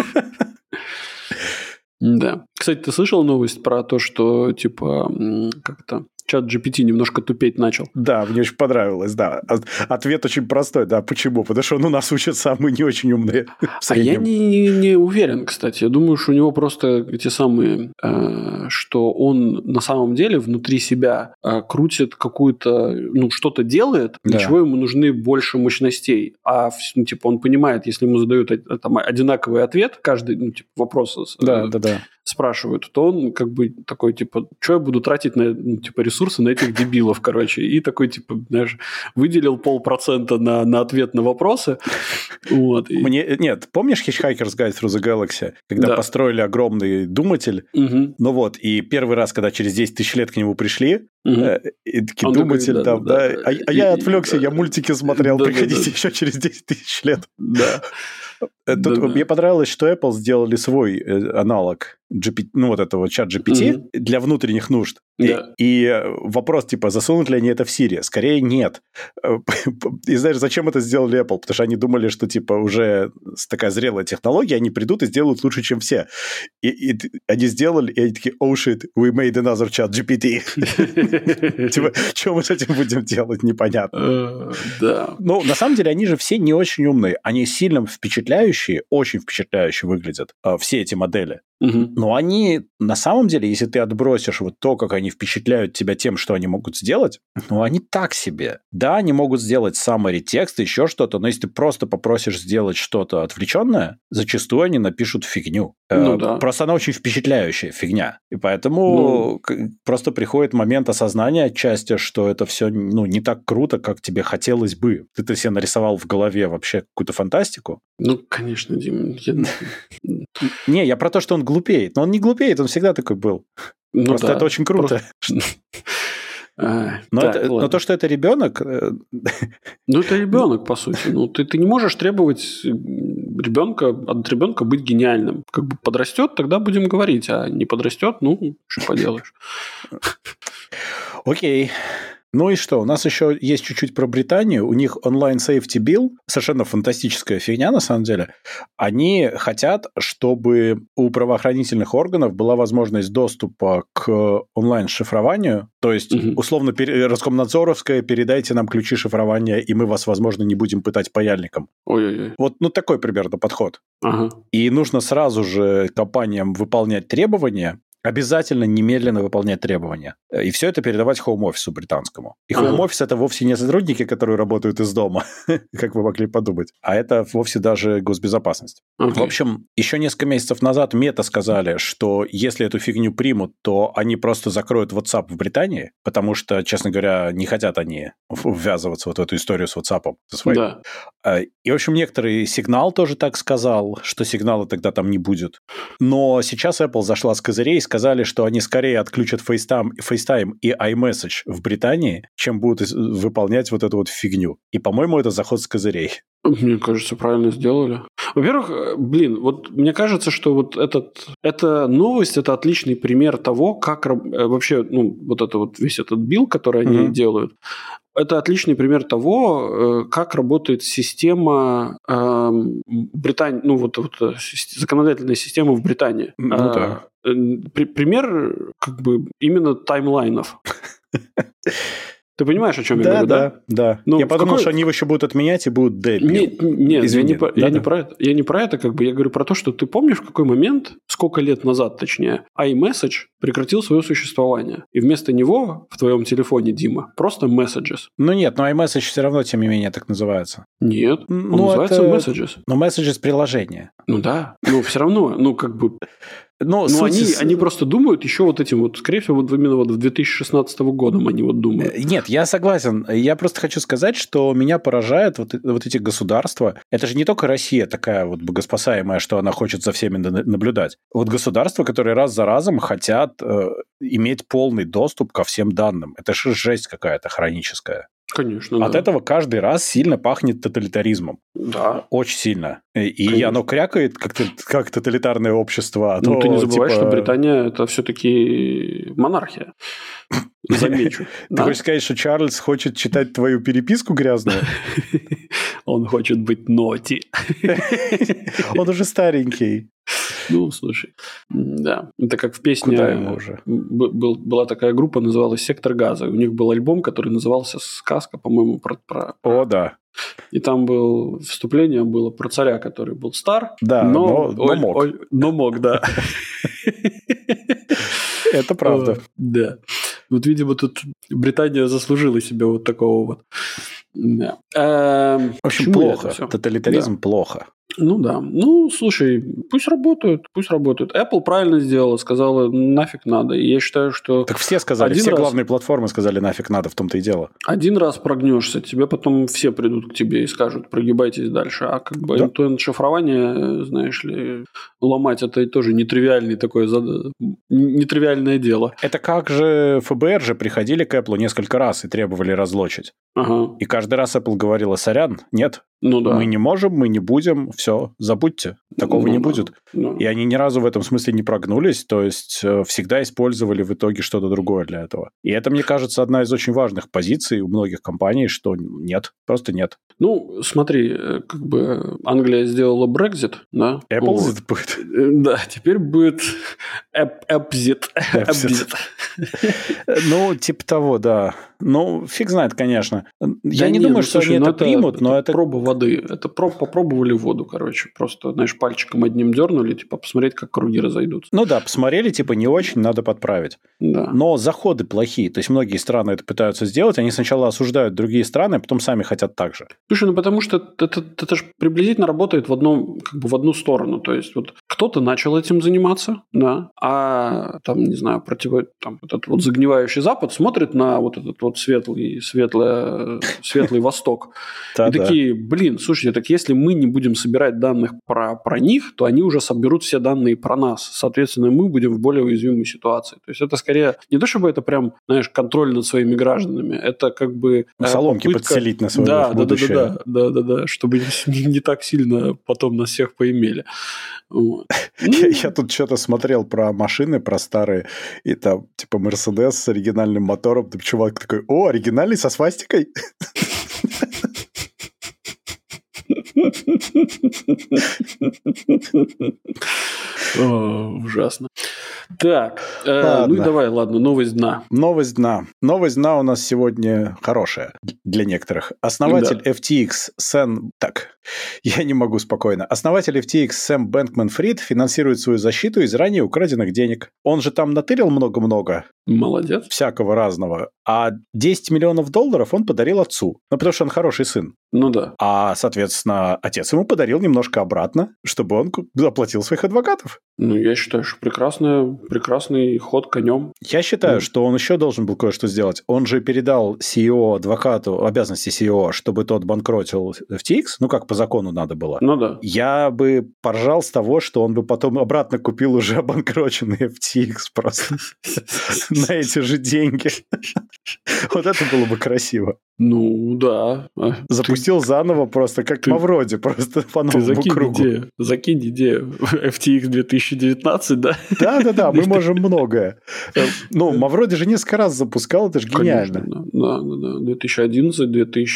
Да. Кстати, ты слышал новость про то, что, типа, как-то чат GPT немножко тупеть начал? Да, мне очень понравилось, да. Ответ очень простой, да. Почему? Потому что он у нас учится, а мы не очень умные. А я не уверен, кстати. Я думаю, что у него просто эти самые, что он на самом деле внутри себя крутит какую-то, ну, что-то делает, для чего ему нужны больше мощностей. А, ну, типа, он понимает, если ему задают там одинаковый ответ, каждый, ну, типа, вопрос спрашивают, то он как бы такой, типа, что я буду тратить на, ну, типа, ресурсы на этих дебилов, короче. И такой, типа, знаешь, выделил 0,5% на ответ на вопросы. Вот. Нет, помнишь Hitchhiker's Guide Through the Galaxy? Когда построили огромный думатель, ну вот, и первый раз, когда через 10 тысяч лет к нему пришли, и такие, думатель там, да. А я отвлекся, я мультики смотрел, приходите еще через 10 тысяч лет. Да. Мне понравилось, что Apple сделали свой аналог GPT, ну, вот этого чат GPT для внутренних нужд. Да. И вопрос, типа, засунут ли они это в Siri? Скорее, нет. И знаешь, зачем это сделали Apple? Потому что они думали, что, типа, уже такая зрелая технология, они придут и сделают лучше, чем все. И они сделали, и они такие, oh shit, we made another chat GPT. Типа, что мы с этим будем делать, непонятно. Да. Ну, на самом деле, они же все не очень умные. Они сильно впечатляющие, очень впечатляюще выглядят, все эти модели. Но они, на самом деле, если ты отбросишь вот то, как они впечатляют тебя тем, что они могут сделать, ну, они так себе. Да, они могут сделать summary текст, еще что-то, но если ты просто попросишь сделать что-то отвлеченное, зачастую они напишут фигню. Ну, да. Просто она очень впечатляющая фигня. И поэтому просто приходит момент осознания отчасти, что это все, ну, не так круто, как тебе хотелось бы. Ты себе нарисовал в голове вообще какую-то фантастику. Ну, конечно, Дим. Не, я про то, что он глупеет. Но он не глупеет, он всегда такой был. Просто это очень круто. Но то, что это ребенок... Ну, это ребенок, по сути. Ну, ты не можешь требовать от ребенка быть гениальным. Как бы подрастет, тогда будем говорить. А не подрастет, ну, что поделаешь. Окей. Ну и что? У нас еще есть чуть-чуть про Британию. У них онлайн safety bill, совершенно фантастическая фигня на самом деле. Они хотят, чтобы у правоохранительных органов была возможность доступа к онлайн-шифрованию. То есть, условно, Роскомнадзоровская, передайте нам ключи шифрования, и мы вас, возможно, не будем пытать паяльником. Ой-ой-ой. Вот, ну, такой примерно подход. Ага. И нужно сразу же компаниям выполнять требования, обязательно немедленно выполнять требования. И все это передавать хоум-офису британскому. И хоум-офис это вовсе не сотрудники, которые работают из дома, как вы могли подумать, а это вовсе даже госбезопасность. В общем, еще несколько месяцев назад Мета сказали, что если эту фигню примут, то они просто закроют WhatsApp в Британии, потому что, честно говоря, не хотят они ввязываться вот в эту историю с WhatsApp. Да. И, в общем, некоторый Сигнал тоже так сказал, что Сигнала тогда там не будет. Но сейчас Apple зашла с козырей и сказали, что они скорее отключат FaceTime и iMessage в Британии, чем будут выполнять вот эту вот фигню. И, по-моему, это заход с козырей. Мне кажется, правильно сделали. Во-первых, вот мне кажется, что вот эта новость, это отличный пример того, как вообще, ну, вот это вот весь этот билд, который они делают, это отличный пример того, как работает система Британии, ну, вот законодательная система в Британии. Ну, да. Пример, как бы, именно таймлайнов. Ты понимаешь, о чем я говорю, да? Да. Ну, я подумал, что они его еще будут отменять и будут Нет, извини, я не про это, как бы, я говорю про то, что ты помнишь, в какой момент, сколько лет назад, точнее, iMessage прекратил свое существование, и вместо него в твоем телефоне, Дима, просто Messages. Ну нет, но iMessage все равно, тем не менее, так называется. Нет, он называется Messages. Но Messages приложение. Ну да, но все равно, ну как бы... Но они просто думают еще вот этим вот, скорее всего, вот именно вот в 2016 годом они вот думают. Нет, я согласен. Я просто хочу сказать, что меня поражает вот эти государства. Это же не только Россия такая вот богоспасаемая, что она хочет за всеми наблюдать. Вот государства, которые раз за разом хотят иметь полный доступ ко всем данным. Это же жесть какая-то хроническая. Конечно, От этого каждый раз сильно пахнет тоталитаризмом. Да. Очень сильно. И оно крякает, как тоталитарное общество. Ну, ты не забывай, что Британия – это все-таки монархия. Замечу. Ты хочешь сказать, что Чарльз хочет читать твою переписку грязную? Он хочет быть ноти. Он уже старенький. Ну, слушай, да. Это как в песне... Куда ему уже? Была такая группа, называлась «Сектор газа». У них был альбом, который назывался «Сказка», по-моему, про... О, да. И там вступление было про царя, который был стар. Да, но мог. Но мог, да. Это правда. Да. Вот, видимо, тут Британия заслужила себе вот такого вот. Да. В общем, плохо. Тоталитаризм плохо. Ну да. Ну, слушай, пусть работают. Apple правильно сделала, сказала, нафиг надо. И я считаю, что... Так все сказали, все главные платформы сказали, нафиг надо, в том-то и дело. Один раз прогнешься, тебе потом все придут к тебе и скажут, прогибайтесь дальше. А как бы end-to-end шифрование, знаешь ли, ломать это тоже нетривиальное дело. Это как же ФБР же приходили к Apple несколько раз и требовали разлочить. Ага. И каждый раз Apple говорила, сорян, нет, Ну да. Мы не можем, мы не будем, все, забудьте, такого не будет. И они ни разу в этом смысле не прогнулись, то есть всегда использовали в итоге что-то другое для этого. И это, мне кажется, одна из очень важных позиций у многих компаний, что нет, просто нет. Ну, смотри, как бы Англия сделала Brexit, да? Apple's будет. Да, теперь будет Appzit. Ну, типа того, да. Ну, фиг знает, конечно. Я не думаю, что они это примут, но это... проба воды. Это попробовали воду, короче. Просто, знаешь, пальчиком одним дернули, типа, посмотреть, как круги разойдутся. Ну да, посмотрели, типа, не очень, надо подправить. Да. Но заходы плохие. То есть, многие страны это пытаются сделать. Они сначала осуждают другие страны, а потом сами хотят так же. Слушай, ну потому что это же приблизительно работает в одну сторону. То есть, вот кто-то начал этим заниматься, да, а там, не знаю, там, этот вот загнивающий Запад смотрит на вот этот вот светлый Восток. И такие, блин, слушайте, так если мы не будем собирать данных про них, то они уже соберут все данные про нас. Соответственно, мы будем в более уязвимой ситуации. То есть, это скорее не то, чтобы это прям, знаешь, контроль над своими гражданами. Это как бы... Соломки подселить на свое будущее. Да, чтобы не так сильно потом нас всех поимели. Вот. Я тут что-то смотрел про машины, про старые, и там, типа, Мерседес с оригинальным мотором. Там чувак такой, о, оригинальный со свастикой? Ужасно. Так, ну и давай, ладно, новость дна. Новость дна у нас сегодня хорошая для некоторых. Основатель FTX Сэм... Так, я не могу спокойно. Основатель FTX Сэм Бэнкман-Фрид финансирует свою защиту из ранее украденных денег. Он же там натырил много-много. Молодец. Всякого разного. А $10 миллионов он подарил отцу. Ну, потому что он хороший сын. Ну да. А, соответственно, отец ему подарил немножко обратно, чтобы он заплатил своих адвокатов. Ну, я считаю, что прекрасный ход конем. Я считаю, что он еще должен был кое-что сделать. Он же передал CEO адвокату обязанности CEO, чтобы тот банкротил FTX. Ну, как по закону надо было. Ну да. Я бы поржал с того, что он бы потом обратно купил уже обанкроченный FTX просто на эти же деньги. Вот это было бы красиво. Ну, да. Запустил заново просто, как Мавроди, просто по новому кругу. Закинь идею. FTX 2019, да? Да, мы можем многое. Ну, Мавроди же несколько раз запускал, это же гениально. Да. 2011,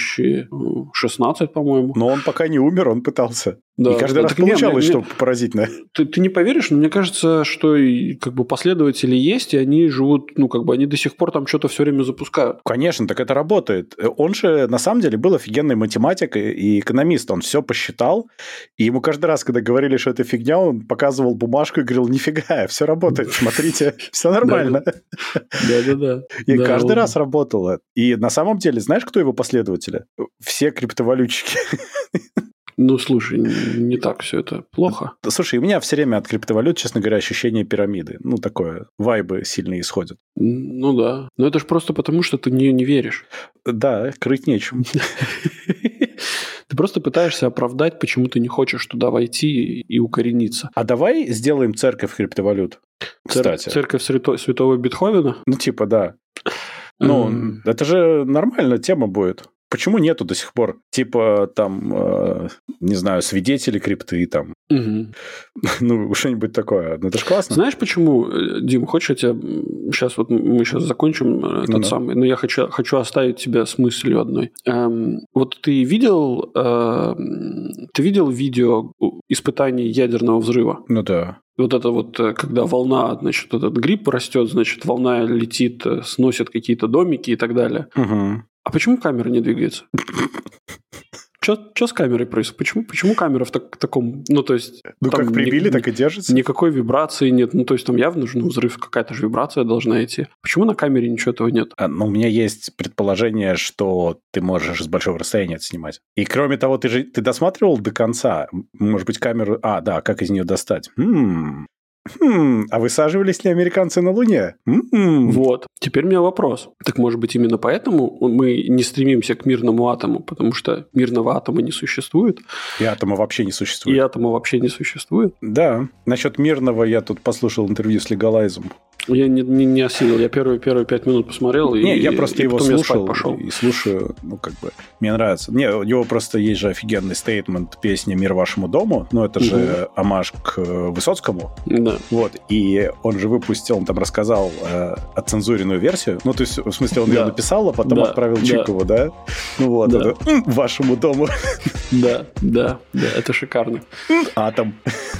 2016, по-моему. Но он пока не умер, он пытался. Да, и каждый раз получалось что-то поразительное. Ты не поверишь, но мне кажется, что и как бы последователи есть, и они живут, ну, как бы они до сих пор там что-то все время запускают. Конечно, так это работает. Он же, на самом деле, был офигенный математик и экономист. Он все посчитал, и ему каждый раз, когда говорили, что это фигня, он показывал бумажку и говорил, нифига, все работает, смотрите, все нормально. Да. И каждый раз работало. И на самом деле, знаешь, кто его последователи? Все криптовалютчики. Ну, слушай, не так все это плохо. Слушай, у меня все время от криптовалют, честно говоря, ощущение пирамиды. Ну, такое, вайбы сильно исходят. Ну да. Но это же просто потому, что ты не веришь. Да, крыть нечем. Ты просто пытаешься оправдать, почему ты не хочешь туда войти и укорениться. А давай сделаем церковь криптовалют. Кстати. Церковь святого Бетховена? Ну, типа, да. Ну, это же нормальная тема будет. Почему нету до сих пор? Типа, там, не знаю, свидетели крипты там. Ну, что-нибудь такое. Ну, это же классно. Знаешь, почему, Дим, хочешь, я тебе... Сейчас вот мы сейчас закончим этот самый... Но я хочу оставить тебя с мыслью одной. Вот ты видел видео испытаний ядерного взрыва? Ну, да. Вот это вот, когда волна, значит, этот гриб растет, значит, волна летит, сносит какие-то домики и так далее. Угу. А почему камера не двигается? Что с камерой происходит? Почему камера в таком... Ну, то есть... Ну, как прибили, так и держится. Никакой вибрации нет. Ну, то есть, там явно же взрыв, какая-то же вибрация должна идти. Почему на камере ничего этого нет? Ну, у меня есть предположение, что ты можешь с большого расстояния это снимать. И, кроме того, ты досматривал до конца? Может быть, камеру... да, как из нее достать? А высаживались ли американцы на Луне? Вот. Теперь у меня вопрос. Так, может быть, именно поэтому мы не стремимся к мирному атому, потому что мирного атома не существует? И атома вообще не существует. Да. Насчет мирного я тут послушал интервью с Легалайзом. Я не осилил. Я первые 5 минут посмотрел. Я просто его слушал и слушаю, мне нравится. У него просто есть же офигенный стейтмент песни «Мир вашему дому». Это же омаж к Высоцкому. Да. Вот. И он же выпустил, он там рассказал отцензуренную версию. То есть, в смысле, он ее написал, а потом отправил Чикову, да? Это «Вашему дому». Да, это шикарно. Атом.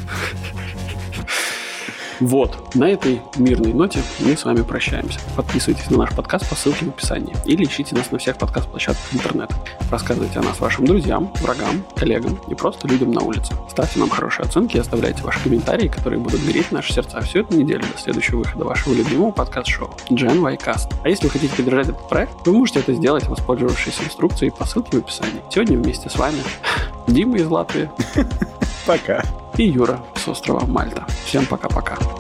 Вот, на этой мирной ноте мы с вами прощаемся. Подписывайтесь на наш подкаст по ссылке в описании или ищите нас на всех подкаст-площадках интернета. Рассказывайте о нас вашим друзьям, врагам, коллегам и просто людям на улице. Ставьте нам хорошие оценки и оставляйте ваши комментарии, которые будут греть наши сердца всю эту неделю до следующего выхода вашего любимого подкаст-шоу Gen Y Cast. А если вы хотите поддержать этот проект, вы можете это сделать, воспользовавшись инструкцией по ссылке в описании. Сегодня вместе с вами Дима из Латвии. Пока. И Юра с острова Мальта. Всем пока-пока.